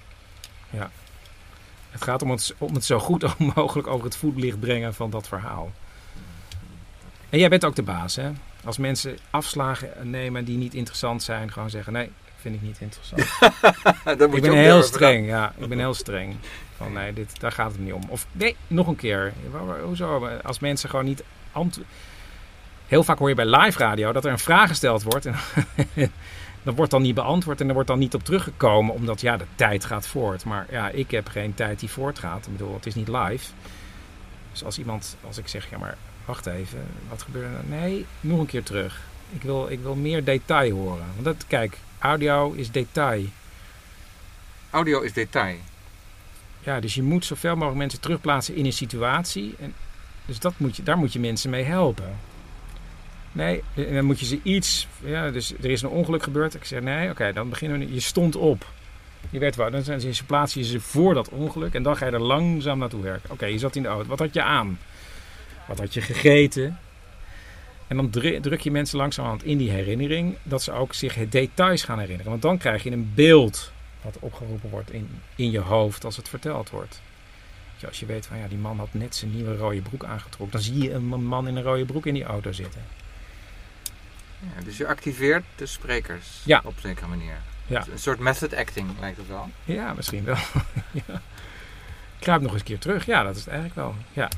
Het gaat om het zo goed mogelijk over het voetlicht brengen van dat verhaal. En jij bent ook de baas, hè? Als mensen afslagen nemen die niet interessant zijn, gewoon zeggen, nee, vind ik niet interessant. Ik ben heel streng, ja. Ik ben heel streng. Van nee, daar gaat het niet om. Of nee, nog een keer. Hoezo? Als mensen gewoon niet heel vaak hoor je bij live radio dat er een vraag gesteld wordt. En dat wordt dan niet beantwoord en er wordt dan niet op teruggekomen. Omdat ja, de tijd gaat voort. Maar ja, ik heb geen tijd die voortgaat. Ik bedoel, het is niet live. Dus als ik zeg, ja maar wacht even. Wat gebeurt er? Nee, nog een keer terug. Ik wil meer detail horen. Want kijk, audio is detail. Audio is detail. Ja, dus je moet zoveel mogelijk mensen terugplaatsen in een situatie. En dus daar moet je mensen mee helpen. Nee, en dan moet je ze iets... Ja, dus er is een ongeluk gebeurd. Ik zeg, nee, oké, dan beginnen we... Je stond op. Je weet wat, dan plaats je ze voor dat ongeluk. En dan ga je er langzaam naartoe werken. Oké, je zat in de auto. Wat had je aan? Wat had je gegeten? En dan druk je mensen langzamerhand in die herinnering. Dat ze ook zich details gaan herinneren. Want dan krijg je een beeld wat opgeroepen wordt in je hoofd als het verteld wordt. Dus als je weet van ja, die man had net zijn nieuwe rode broek aangetrokken. Dan zie je een man in een rode broek in die auto zitten. Ja, dus je activeert de sprekers op een zekere manier. Ja. Een soort method acting lijkt het wel. Ja, misschien wel. Ja. Kruip nog eens een keer terug. Ja, dat is het eigenlijk wel. Ja.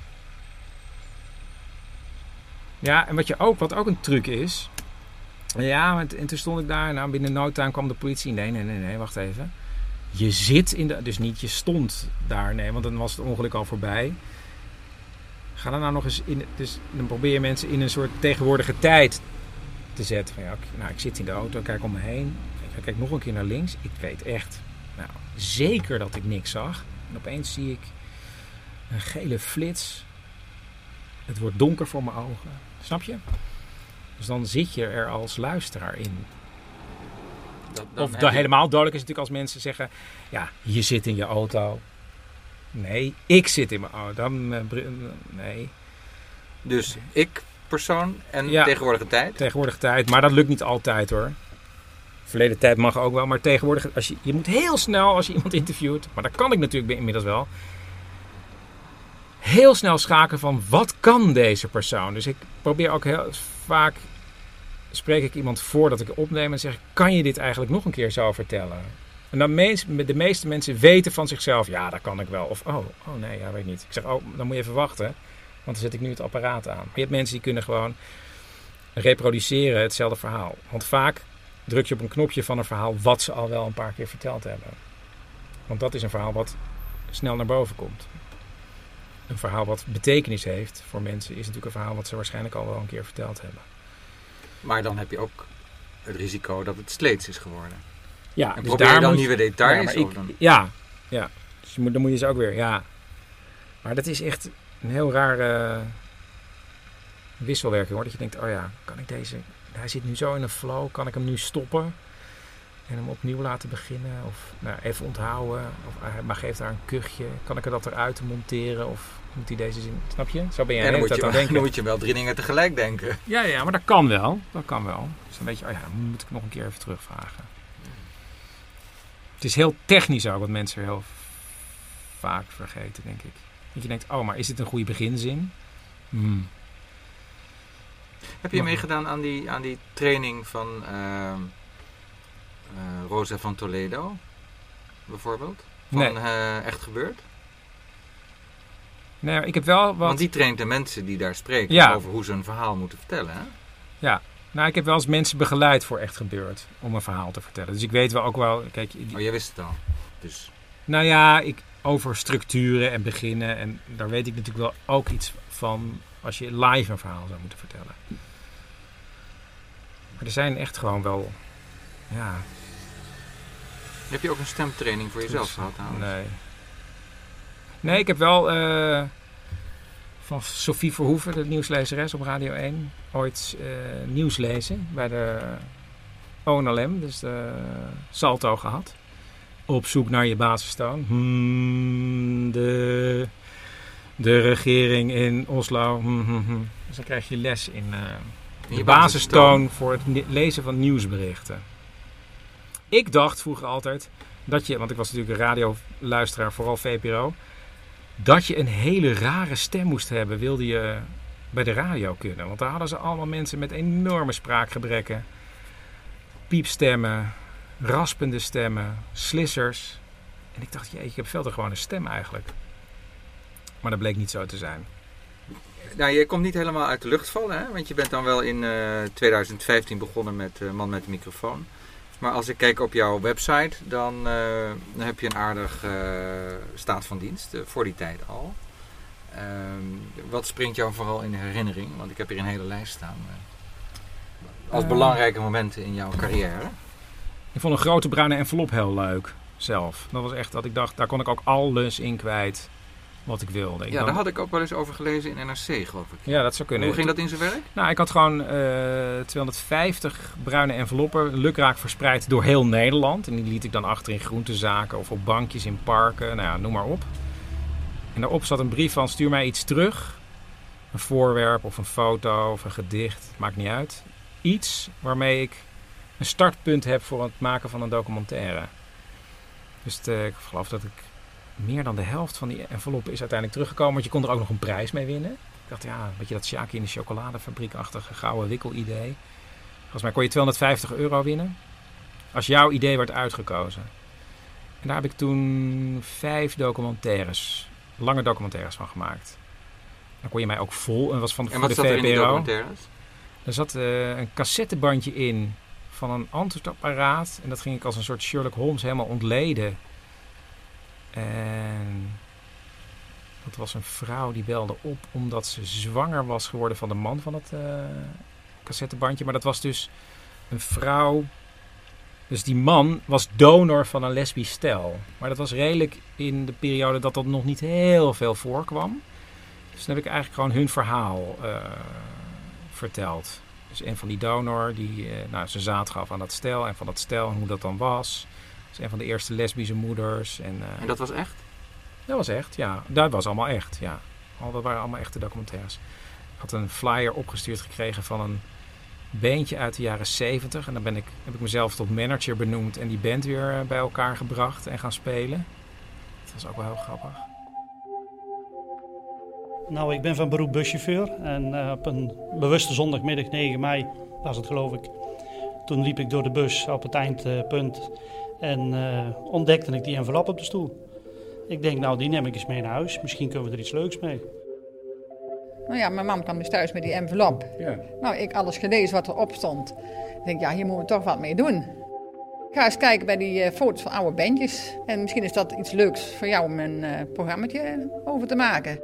Ja, en wat ook een truc is. Ja, en toen stond ik daar. Nou, binnen no time kwam de politie. Nee, wacht even. Je zit in de... Dus niet je stond daar. Nee, want dan was het ongeluk al voorbij. Ga dan nou nog eens in... Dus dan probeer je mensen in een soort tegenwoordige tijd te zetten. Van ja, ik zit in de auto, kijk om me heen. Ik kijk nog een keer naar links. Ik weet echt zeker dat ik niks zag. En opeens zie ik een gele flits. Het wordt donker voor mijn ogen. Snap je? Dus dan zit je er als luisteraar in. Helemaal duidelijk is natuurlijk als mensen zeggen... Ja, je zit in je auto. Nee, ik zit in mijn auto. Nee. Dus ik, persoon en tegenwoordige tijd? Tegenwoordige tijd, maar dat lukt niet altijd hoor. Verleden tijd mag ook wel, maar tegenwoordig... Je moet heel snel als je iemand interviewt... Maar dat kan ik natuurlijk inmiddels wel... Heel snel schakelen van wat kan deze persoon? Dus ik probeer ook heel vaak... Spreek ik iemand voor dat ik opneem en zeg... Kan je dit eigenlijk nog een keer zo vertellen? En dan de meeste mensen weten van zichzelf... Ja, dat kan ik wel. Of oh nee, ja, weet ik niet. Ik zeg, dan moet je even wachten. Want dan zet ik nu het apparaat aan. Maar je hebt mensen die kunnen gewoon... reproduceren hetzelfde verhaal. Want vaak druk je op een knopje van een verhaal... wat ze al wel een paar keer verteld hebben. Want dat is een verhaal wat snel naar boven komt. Een verhaal wat betekenis heeft voor mensen... is natuurlijk een verhaal wat ze waarschijnlijk al wel een keer verteld hebben. Maar dan heb je ook het risico dat het sleets is geworden. Ja, en dus probeer je dan nieuwe details? Ja. Dus dan moet je ze ook weer... Ja. Maar dat is echt een heel rare wisselwerking hoor. Dat je denkt, oh ja, kan ik deze... Hij zit nu zo in een flow. Kan ik hem nu stoppen? En hem opnieuw laten beginnen? Of even onthouden? Maar geeft daar een kuchje? Kan ik er dat eruit monteren? Of moet hij deze zin... Snap je? Zo ben jij dan moet je wel 3 dingen tegelijk denken. Ja, maar dat kan wel. Dus dan weet je, dan moet ik nog een keer even terugvragen. Het is heel technisch ook, wat mensen heel vaak vergeten, denk ik. Dat je denkt, maar is dit een goede beginzin? Heb je meegedaan aan die training van Rosa van Toledo, bijvoorbeeld? Van Echt Gebeurd? Nee, ik heb wel wat... Want die traint de mensen die daar spreken over hoe ze een verhaal moeten vertellen, hè? Ja, Nou, ik heb wel eens mensen begeleid voor Echt Gebeurd om een verhaal te vertellen. Dus ik weet wel ook wel... Kijk, jij wist het al. Dus. Nou ja, over structuren en beginnen. En daar weet ik natuurlijk wel ook iets van als je live een verhaal zou moeten vertellen. Maar er zijn echt gewoon wel... Ja. Heb je ook een stemtraining voor jezelf gehad? Nee, ik heb wel van Sophie Verhoeven, de nieuwslezeres op Radio 1, ooit nieuws lezen bij de ONLM, dus de Salto gehad. Op zoek naar je basistoon. De regering in Oslo. Dus dan krijg je les in je basistoon voor het lezen van nieuwsberichten. Ik dacht vroeger altijd dat je, want ik was natuurlijk een radioluisteraar, vooral VPRO, dat je een hele rare stem moest hebben, wilde je bij de radio kunnen. Want daar hadden ze allemaal mensen met enorme spraakgebrekken, piepstemmen, raspende stemmen, slissers. En ik dacht, ik heb veel te gewoon een stem eigenlijk. Maar dat bleek niet zo te zijn. Nou, je komt niet helemaal uit de lucht vallen, hè? Want je bent dan wel in 2015 begonnen met Man met de Microfoon. Maar als ik kijk op jouw website, dan heb je een aardig staat van dienst, voor die tijd al. Wat springt jou vooral in herinnering? Want ik heb hier een hele lijst staan. Als belangrijke momenten in jouw carrière. Ik vond een grote bruine envelop heel leuk, zelf. Dat was echt dat ik dacht, daar kon ik ook alles in kwijt wat ik wilde. Daar had ik ook wel eens over gelezen in NRC, geloof ik. Ja, dat zou kunnen. Hoe ging dat in zijn werk? Nou, ik had gewoon 250 bruine enveloppen lukraak verspreid door heel Nederland. En die liet ik dan achter in groentezaken of op bankjes in parken. Nou ja, noem maar op. En daarop zat een brief van, stuur mij iets terug. Een voorwerp of een foto of een gedicht. Maakt niet uit. Iets waarmee ik een startpunt heb voor het maken van een documentaire. Dus ik geloof dat ik meer dan de helft van die enveloppen is uiteindelijk teruggekomen. Want je kon er ook nog een prijs mee winnen. Ik dacht, weet je, dat Sjaki in de chocoladefabriek-achtige gouden wikkelidee. Volgens mij kon je €250 winnen. Als jouw idee werd uitgekozen. En daar heb ik toen 5 documentaires, lange documentaires van gemaakt. Dan kon je mij ook vol. En was van en wat zat er in die documentaires? Er zat een cassettebandje in van een antwoordapparaat. En dat ging ik als een soort Sherlock Holmes helemaal ontleden. En dat was een vrouw die belde op omdat ze zwanger was geworden van de man van het cassettebandje. Maar dat was dus een vrouw. Dus die man was donor van een lesbisch stel. Maar dat was redelijk in de periode dat nog niet heel veel voorkwam. Dus dan heb ik eigenlijk gewoon hun verhaal verteld. Dus een van die donor die zijn zaad gaf aan dat stel. En van dat stel en hoe dat dan was. Dus een van de eerste lesbische moeders. En dat was echt? Dat was echt, ja. Dat was allemaal echt, ja. Dat waren allemaal echte documentaires. Ik had een flyer opgestuurd gekregen van een bandje uit de jaren 70. En dan heb ik mezelf tot manager benoemd en die band weer bij elkaar gebracht en gaan spelen. Dat was ook wel heel grappig. Nou, ik ben van beroep buschauffeur. En op een bewuste zondagmiddag 9 mei, was het geloof ik. Toen liep ik door de bus op het eindpunt en ontdekte ik die envelop op de stoel. Ik denk, nou, die neem ik eens mee naar huis. Misschien kunnen we er iets leuks mee. Nou ja, mijn man kwam dus thuis met die envelop. Ja. Nou, ik alles gelezen wat erop stond. Ik denk, hier moeten we toch wat mee doen. Ik ga eens kijken bij die foto's van oude bandjes. En misschien is dat iets leuks voor jou om een programmaatje over te maken.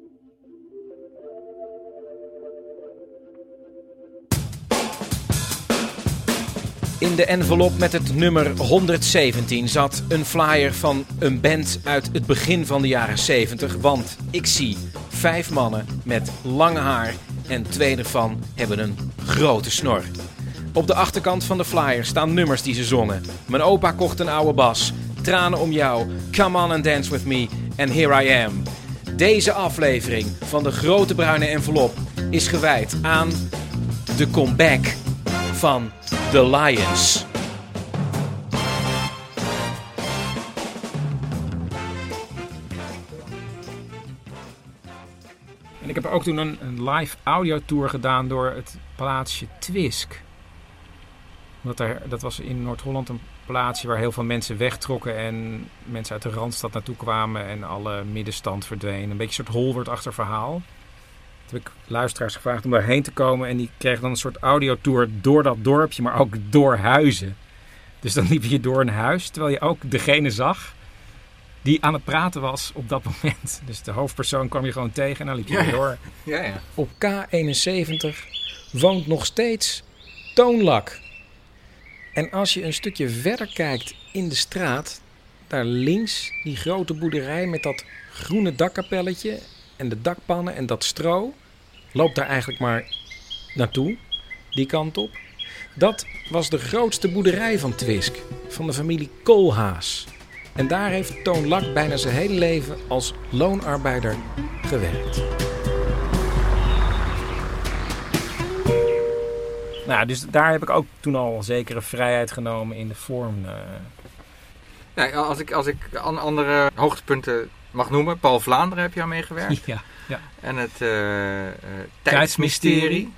In de envelop met het nummer 117 zat een flyer van een band uit het begin van de jaren 70. Want ik zie 5 mannen met lang haar en 2 ervan hebben een grote snor. Op de achterkant van de flyer staan nummers die ze zongen. Mijn opa kocht een oude bas. Tranen om jou. Come on and dance with me. And here I am. Deze aflevering van de grote bruine envelop is gewijd aan de comeback van The Lions. En ik heb ook toen een live audiotour gedaan door het plaatsje Twisk. Dat was in Noord-Holland een plaatsje waar heel veel mensen wegtrokken en mensen uit de Randstad naartoe kwamen en alle middenstand verdween. Een beetje een soort Holwerd-achtig verhaal. heb ik luisteraars gevraagd om daarheen te komen. En die kregen dan een soort audiotour door dat dorpje, maar ook door huizen. Dus dan liep je door een huis, terwijl je ook degene zag die aan het praten was op dat moment. Dus de hoofdpersoon kwam je gewoon tegen en dan liep je weer door. Ja. Op K71 woont nog steeds Toonlak. En als je een stukje verder kijkt in de straat, daar links die grote boerderij met dat groene dakkapelletje en de dakpannen en dat stro, loopt daar eigenlijk maar naartoe, die kant op. Dat was de grootste boerderij van Twisk, van de familie Koolhaas. En daar heeft Toon Lak bijna zijn hele leven als loonarbeider gewerkt. Nou, dus daar heb ik ook toen al zekere vrijheid genomen in de vorm. Ja, als ik andere hoogtepunten mag noemen. Paul Vlaanderen heb je aan meegewerkt. Ja. En het Tijdsmysterie.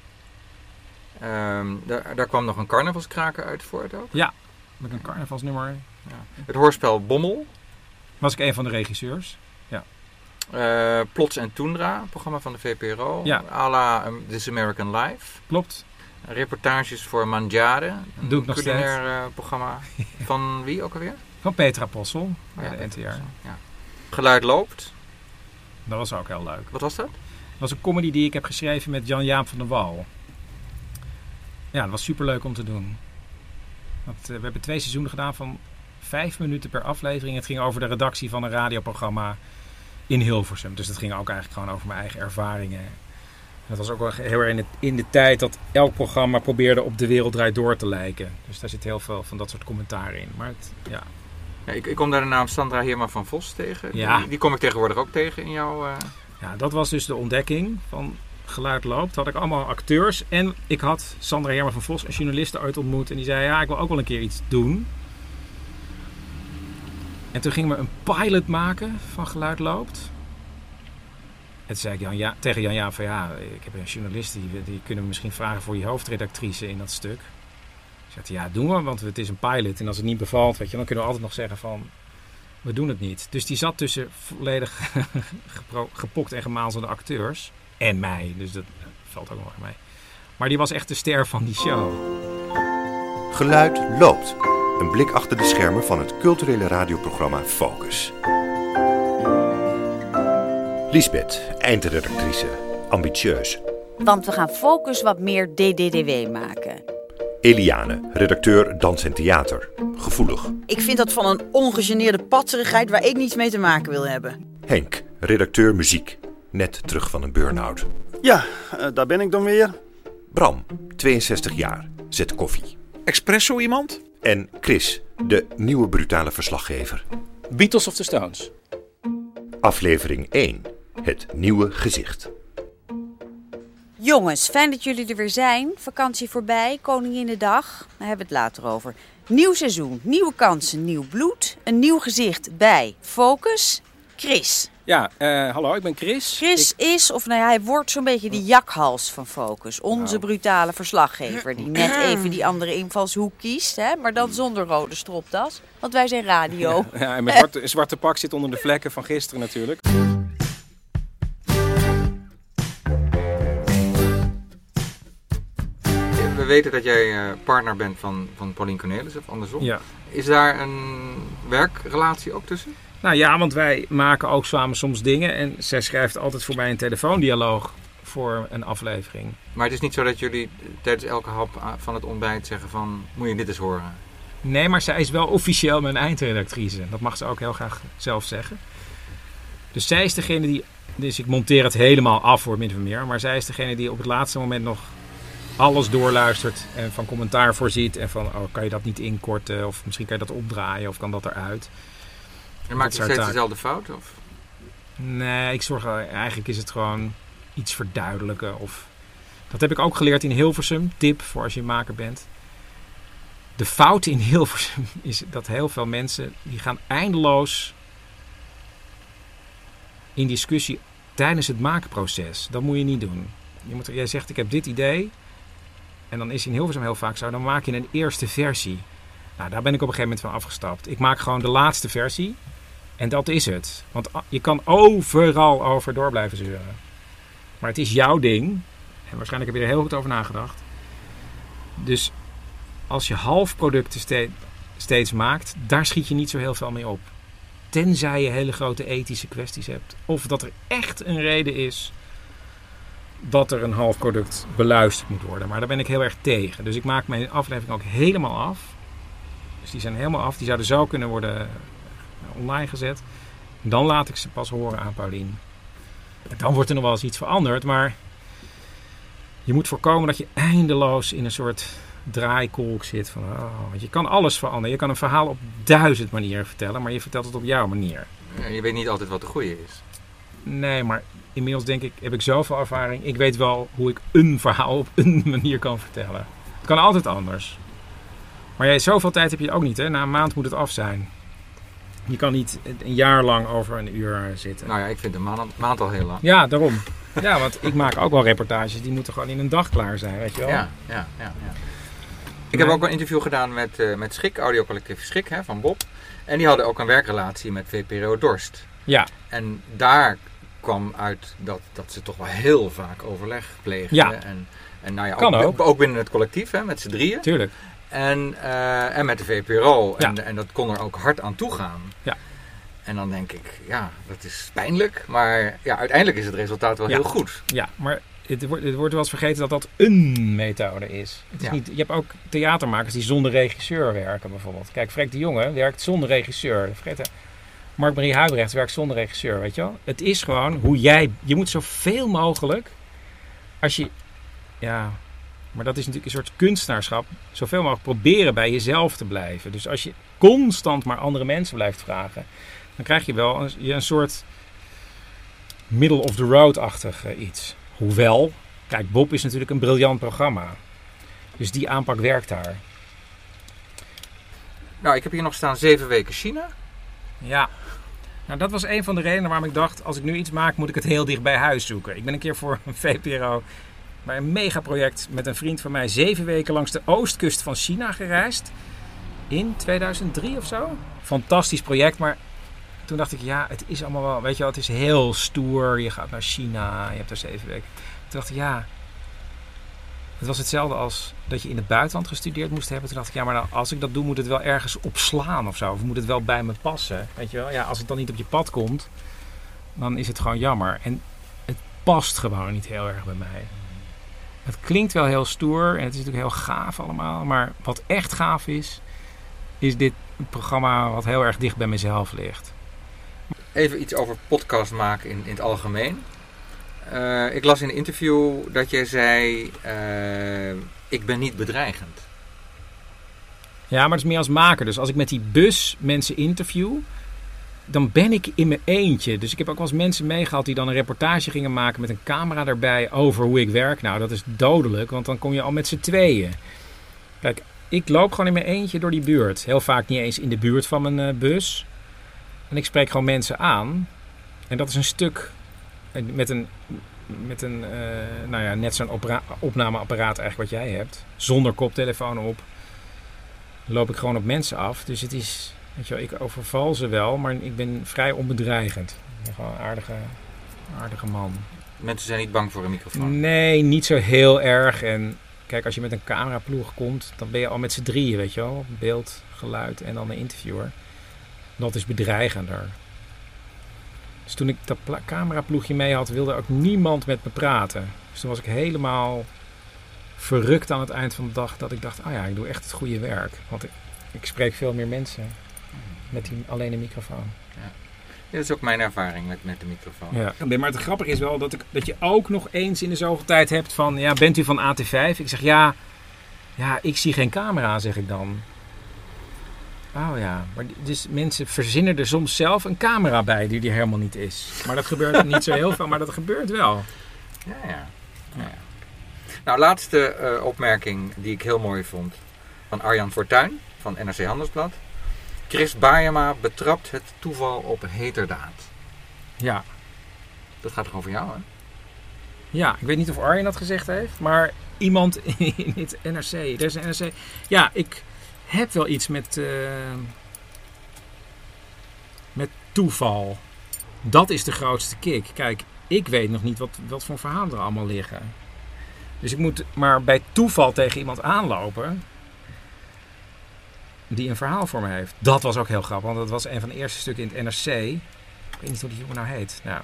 Daar kwam nog een carnavalskraker uit voort ook. Ja, met een carnavalsnummer. Ja. Het hoorspel Bommel. Was ik een van de regisseurs. Ja. Plots en Toendra, programma van de VPRO. Ja. À la This American Life. Klopt. Reportages voor Mangiare. Doe ik nog steeds. Een culinair programma. Van wie ook alweer? Van Petra Possel, bij de NTR. Ja. Geluid loopt. Dat was ook heel leuk. Wat was dat? Dat was een comedy die ik heb geschreven met Jan-Jaap van der Wal. Ja, dat was superleuk om te doen. We hebben 2 seizoenen gedaan van 5 minuten per aflevering. Het ging over de redactie van een radioprogramma in Hilversum. Dus dat ging ook eigenlijk gewoon over mijn eigen ervaringen. Dat was ook wel heel erg in de tijd dat elk programma probeerde op De Wereld Draait Door te lijken. Dus daar zit heel veel van dat soort commentaar in. Maar ja, ik kom daar de naam Sandra Heerma van Vos tegen. Ja. Die kom ik tegenwoordig ook tegen in jouw... Ja, dat was dus de ontdekking van Geluid Loopt. Had ik allemaal acteurs. En ik had Sandra Heerma van Vos, een journaliste, ooit ontmoet. En die zei, ja, ik wil ook wel een keer iets doen. En toen gingen we een pilot maken van Geluid Loopt. En toen zei ik tegen Jan-Jaap van ja, ik heb een journalist, die kunnen we misschien vragen voor je hoofdredactrice in dat stuk. Ik zei, ja, doen we, want het is een pilot. En als het niet bevalt, weet je, dan kunnen we altijd nog zeggen van, we doen het niet. Dus die zat tussen volledig gepokt en gemazelde acteurs. En mij, dus dat valt ook nog mee. Maar die was echt de ster van die show. Geluid Loopt. Een blik achter de schermen van het culturele radioprogramma Focus. Liesbeth, eindredactrice. Ambitieus. Want we gaan Focus wat meer DDDW maken. Eliane, redacteur dans en theater. Gevoelig. Ik vind dat van een ongegeneerde patserigheid waar ik niets mee te maken wil hebben. Henk, redacteur muziek. Net terug van een burn-out. Ja, daar ben ik dan weer. Bram, 62 jaar. Zet koffie. Espresso iemand? En Chris, de nieuwe brutale verslaggever. Beatles of the Stones? Aflevering 1. Het nieuwe gezicht. Jongens, fijn dat jullie er weer zijn. Vakantie voorbij, Koninginnedag. Daar hebben we het later over. Nieuw seizoen, nieuwe kansen, nieuw bloed. Een nieuw gezicht bij Focus. Chris. Ja, hallo, ik ben Chris. Chris is, of nou ja, hij wordt zo'n beetje de jakhals van Focus. Onze brutale verslaggever die net even die andere invalshoek kiest. Hè? Maar dan zonder rode stropdas, want wij zijn radio. Ja, en mijn zwarte pak zit onder de vlekken van gisteren natuurlijk. We weten dat jij partner bent van Paulien Cornelis of andersom. Ja. Is daar een werkrelatie ook tussen? Nou ja, want wij maken ook samen soms dingen. En zij schrijft altijd voor mij een telefoondialoog voor een aflevering. Maar het is niet zo dat jullie tijdens elke hap van het ontbijt zeggen van, moet je dit eens horen? Nee, maar zij is wel officieel mijn eindredactrice. Dat mag ze ook heel graag zelf zeggen. Dus zij is degene die... Dus ik monteer het helemaal af voor min of meer. Maar zij is degene die op het laatste moment nog alles doorluistert en van commentaar voorziet. En van, oh, kan je dat niet inkorten? Of misschien kan je dat opdraaien of kan dat eruit? En maakt je steeds dezelfde fout? Of? Nee, ik zorg eigenlijk is het gewoon iets verduidelijken. Of, dat heb ik ook geleerd in Hilversum. Tip voor als je maker bent. De fout in Hilversum is dat heel veel mensen die gaan eindeloos in discussie tijdens het maakproces. Dat moet je niet doen. Jij zegt ik heb dit idee. En dan is in Hilversum heel vaak zo. Dan maak je een eerste versie. Nou, daar ben ik op een gegeven moment van afgestapt. Ik maak gewoon de laatste versie. En dat is het. Want je kan overal over door blijven zeuren. Maar het is jouw ding. En waarschijnlijk heb je er heel goed over nagedacht. Dus als je halfproducten steeds maakt, daar schiet je niet zo heel veel mee op. Tenzij je hele grote ethische kwesties hebt. Of dat er echt een reden is dat er een halfproduct beluisterd moet worden. Maar daar ben ik heel erg tegen. Dus ik maak mijn aflevering ook helemaal af. Dus die zijn helemaal af. Die zouden zo kunnen worden online gezet. En dan laat ik ze pas horen aan Paulien. En dan wordt er nog wel eens iets veranderd. Maar je moet voorkomen dat je eindeloos in een soort draaikolk zit. Van, want je kan alles veranderen. Je kan een verhaal op 1000 manieren vertellen. Maar je vertelt het op jouw manier. En je weet niet altijd wat de goede is. Nee, maar inmiddels heb ik zoveel ervaring. Ik weet wel hoe ik een verhaal op een manier kan vertellen. Het kan altijd anders. Maar zoveel tijd heb je ook niet. Hè? Na een maand moet het af zijn. Je kan niet een jaar lang over een uur zitten. Nou ja, ik vind een maand al heel lang. Ja, daarom. Ja, want ik maak ook wel reportages. Die moeten gewoon in een dag klaar zijn, weet je wel. Ja. Ik heb ook een interview gedaan met Schik, audiocollectief Schik, van Bob. En die hadden ook een werkrelatie met VPRO Dorst. Ja. En daar kwam uit dat ze toch wel heel vaak overleg pleegden. Ja. En nou ja, kan ook binnen het collectief, met z'n drieën. Tuurlijk. En met de VPRO. Ja. En dat kon er ook hard aan toe gaan. Ja. En dan denk ik, ja, dat is pijnlijk. Maar ja, uiteindelijk is het resultaat wel heel goed. Ja, maar het wordt wel eens vergeten dat dat een methode is. Het is niet, je hebt ook theatermakers die zonder regisseur werken bijvoorbeeld. Kijk, Freek de Jonge werkt zonder regisseur. Mark-Marie Huibrecht werkt zonder regisseur, weet je wel. Het is gewoon hoe je moet zoveel mogelijk, maar dat is natuurlijk een soort kunstenaarschap, zoveel mogelijk proberen bij jezelf te blijven. Dus als je constant maar andere mensen blijft vragen, dan krijg je wel een soort middle of the road-achtig iets. Hoewel, kijk, Bob is natuurlijk een briljant programma. Dus die aanpak werkt daar. Nou, ik heb hier nog staan 7 weken China. Ja. Nou, dat was een van de redenen waarom ik dacht, als ik nu iets maak, moet ik het heel dicht bij huis zoeken. Ik ben een keer voor een VPRO bij een megaproject met een vriend van mij 7 weken langs de oostkust van China gereisd. In 2003 of zo. Fantastisch project, maar toen dacht ik, ja, het is allemaal wel, weet je wel, het is heel stoer. Je gaat naar China, je hebt daar 7 weken. Toen dacht ik, ja, het was hetzelfde als dat je in het buitenland gestudeerd moest hebben. Toen dacht ik, ja, maar nou, als ik dat doe, moet het wel ergens opslaan of zo. Of moet het wel bij me passen, weet je wel. Ja, als het dan niet op je pad komt, dan is het gewoon jammer. En het past gewoon niet heel erg bij mij. Het klinkt wel heel stoer en het is natuurlijk heel gaaf allemaal. Maar wat echt gaaf is dit programma wat heel erg dicht bij mezelf ligt. Even iets over podcast maken in het algemeen. Ik las in een interview dat jij zei, ik ben niet bedreigend. Ja, maar dat is meer als maker. Dus als ik met die bus mensen interview, dan ben ik in mijn eentje. Dus ik heb ook wel eens mensen meegehaald die dan een reportage gingen maken met een camera erbij over hoe ik werk. Nou, dat is dodelijk, want dan kom je al met z'n tweeën. Kijk, ik loop gewoon in mijn eentje door die buurt. Heel vaak niet eens in de buurt van mijn bus. En ik spreek gewoon mensen aan. En dat is een stuk met een net zo'n opnameapparaat eigenlijk wat jij hebt. Zonder koptelefoon op. Loop ik gewoon op mensen af. Dus het is, weet je wel, ik overval ze wel, maar ik ben vrij onbedreigend. Ik ben gewoon een aardige man. Mensen zijn niet bang voor een microfoon? Nee, niet zo heel erg. En kijk, als je met een cameraploeg komt, dan ben je al met z'n drieën, weet je wel. Beeld, geluid en dan een interviewer. Dat is bedreigender. Dus toen ik dat cameraploegje mee had, wilde ook niemand met me praten. Dus toen was ik helemaal verrukt aan het eind van de dag. Dat ik dacht, ik doe echt het goede werk. Want ik spreek veel meer mensen met alleen een microfoon. Ja. Dat is ook mijn ervaring met de microfoon. Ja. Maar het grappige is wel dat je ook nog eens in de zoveel tijd hebt van, ja, bent u van AT5? Ik zeg, ja, ik zie geen camera, zeg ik dan. Oh ja, maar dus mensen verzinnen er soms zelf een camera bij die er helemaal niet is. Maar dat gebeurt niet zo heel veel, maar dat gebeurt wel. Ja. Nou, laatste opmerking die ik heel mooi vond. Van Arjan Fortuyn van NRC Handelsblad. Chris Baaema betrapt het toeval op heterdaad. Ja. Dat gaat toch over jou, hè? Ja, ik weet niet of Arjan dat gezegd heeft, maar iemand in het NRC. Er is een NRC. Ja, ik heb wel iets met toeval. Dat is de grootste kick. Kijk, ik weet nog niet wat voor verhalen er allemaal liggen. Dus ik moet maar bij toeval tegen iemand aanlopen die een verhaal voor me heeft. Dat was ook heel grappig, want dat was een van de eerste stukken in het NRC. Ik weet niet hoe die jongen nou heet. Nou,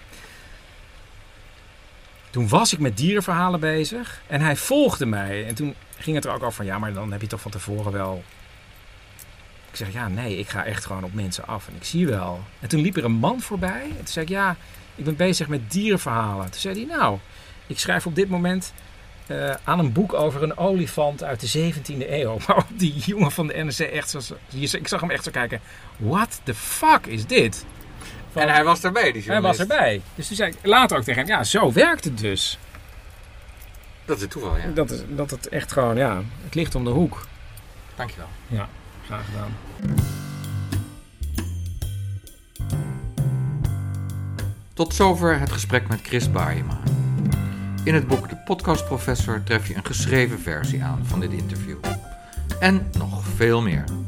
toen was ik met dierenverhalen bezig en hij volgde mij. En toen ging het er ook over van, ja, maar dan heb je toch van tevoren wel... Ik zeg, ja, nee, ik ga echt gewoon op mensen af en ik zie wel. En toen liep er een man voorbij en toen zei ik, ja, ik ben bezig met dierenverhalen. Toen zei hij, nou, ik schrijf op dit moment aan een boek over een olifant uit de 17e eeuw. Maar die jongen van de NRC echt, ik zag hem echt zo kijken, what the fuck is dit? En hij was erbij, die journalist. Hij was erbij. Dus toen zei ik later ook tegen hem, ja, zo werkt het dus. Dat is het toeval, ja. Dat het echt gewoon, ja, het ligt om de hoek. Dankjewel. Ja, graag gedaan. Tot zover het gesprek met Chris Baaijema. In het boek De Podcastprofessor tref je een geschreven versie aan van dit interview. En nog veel meer.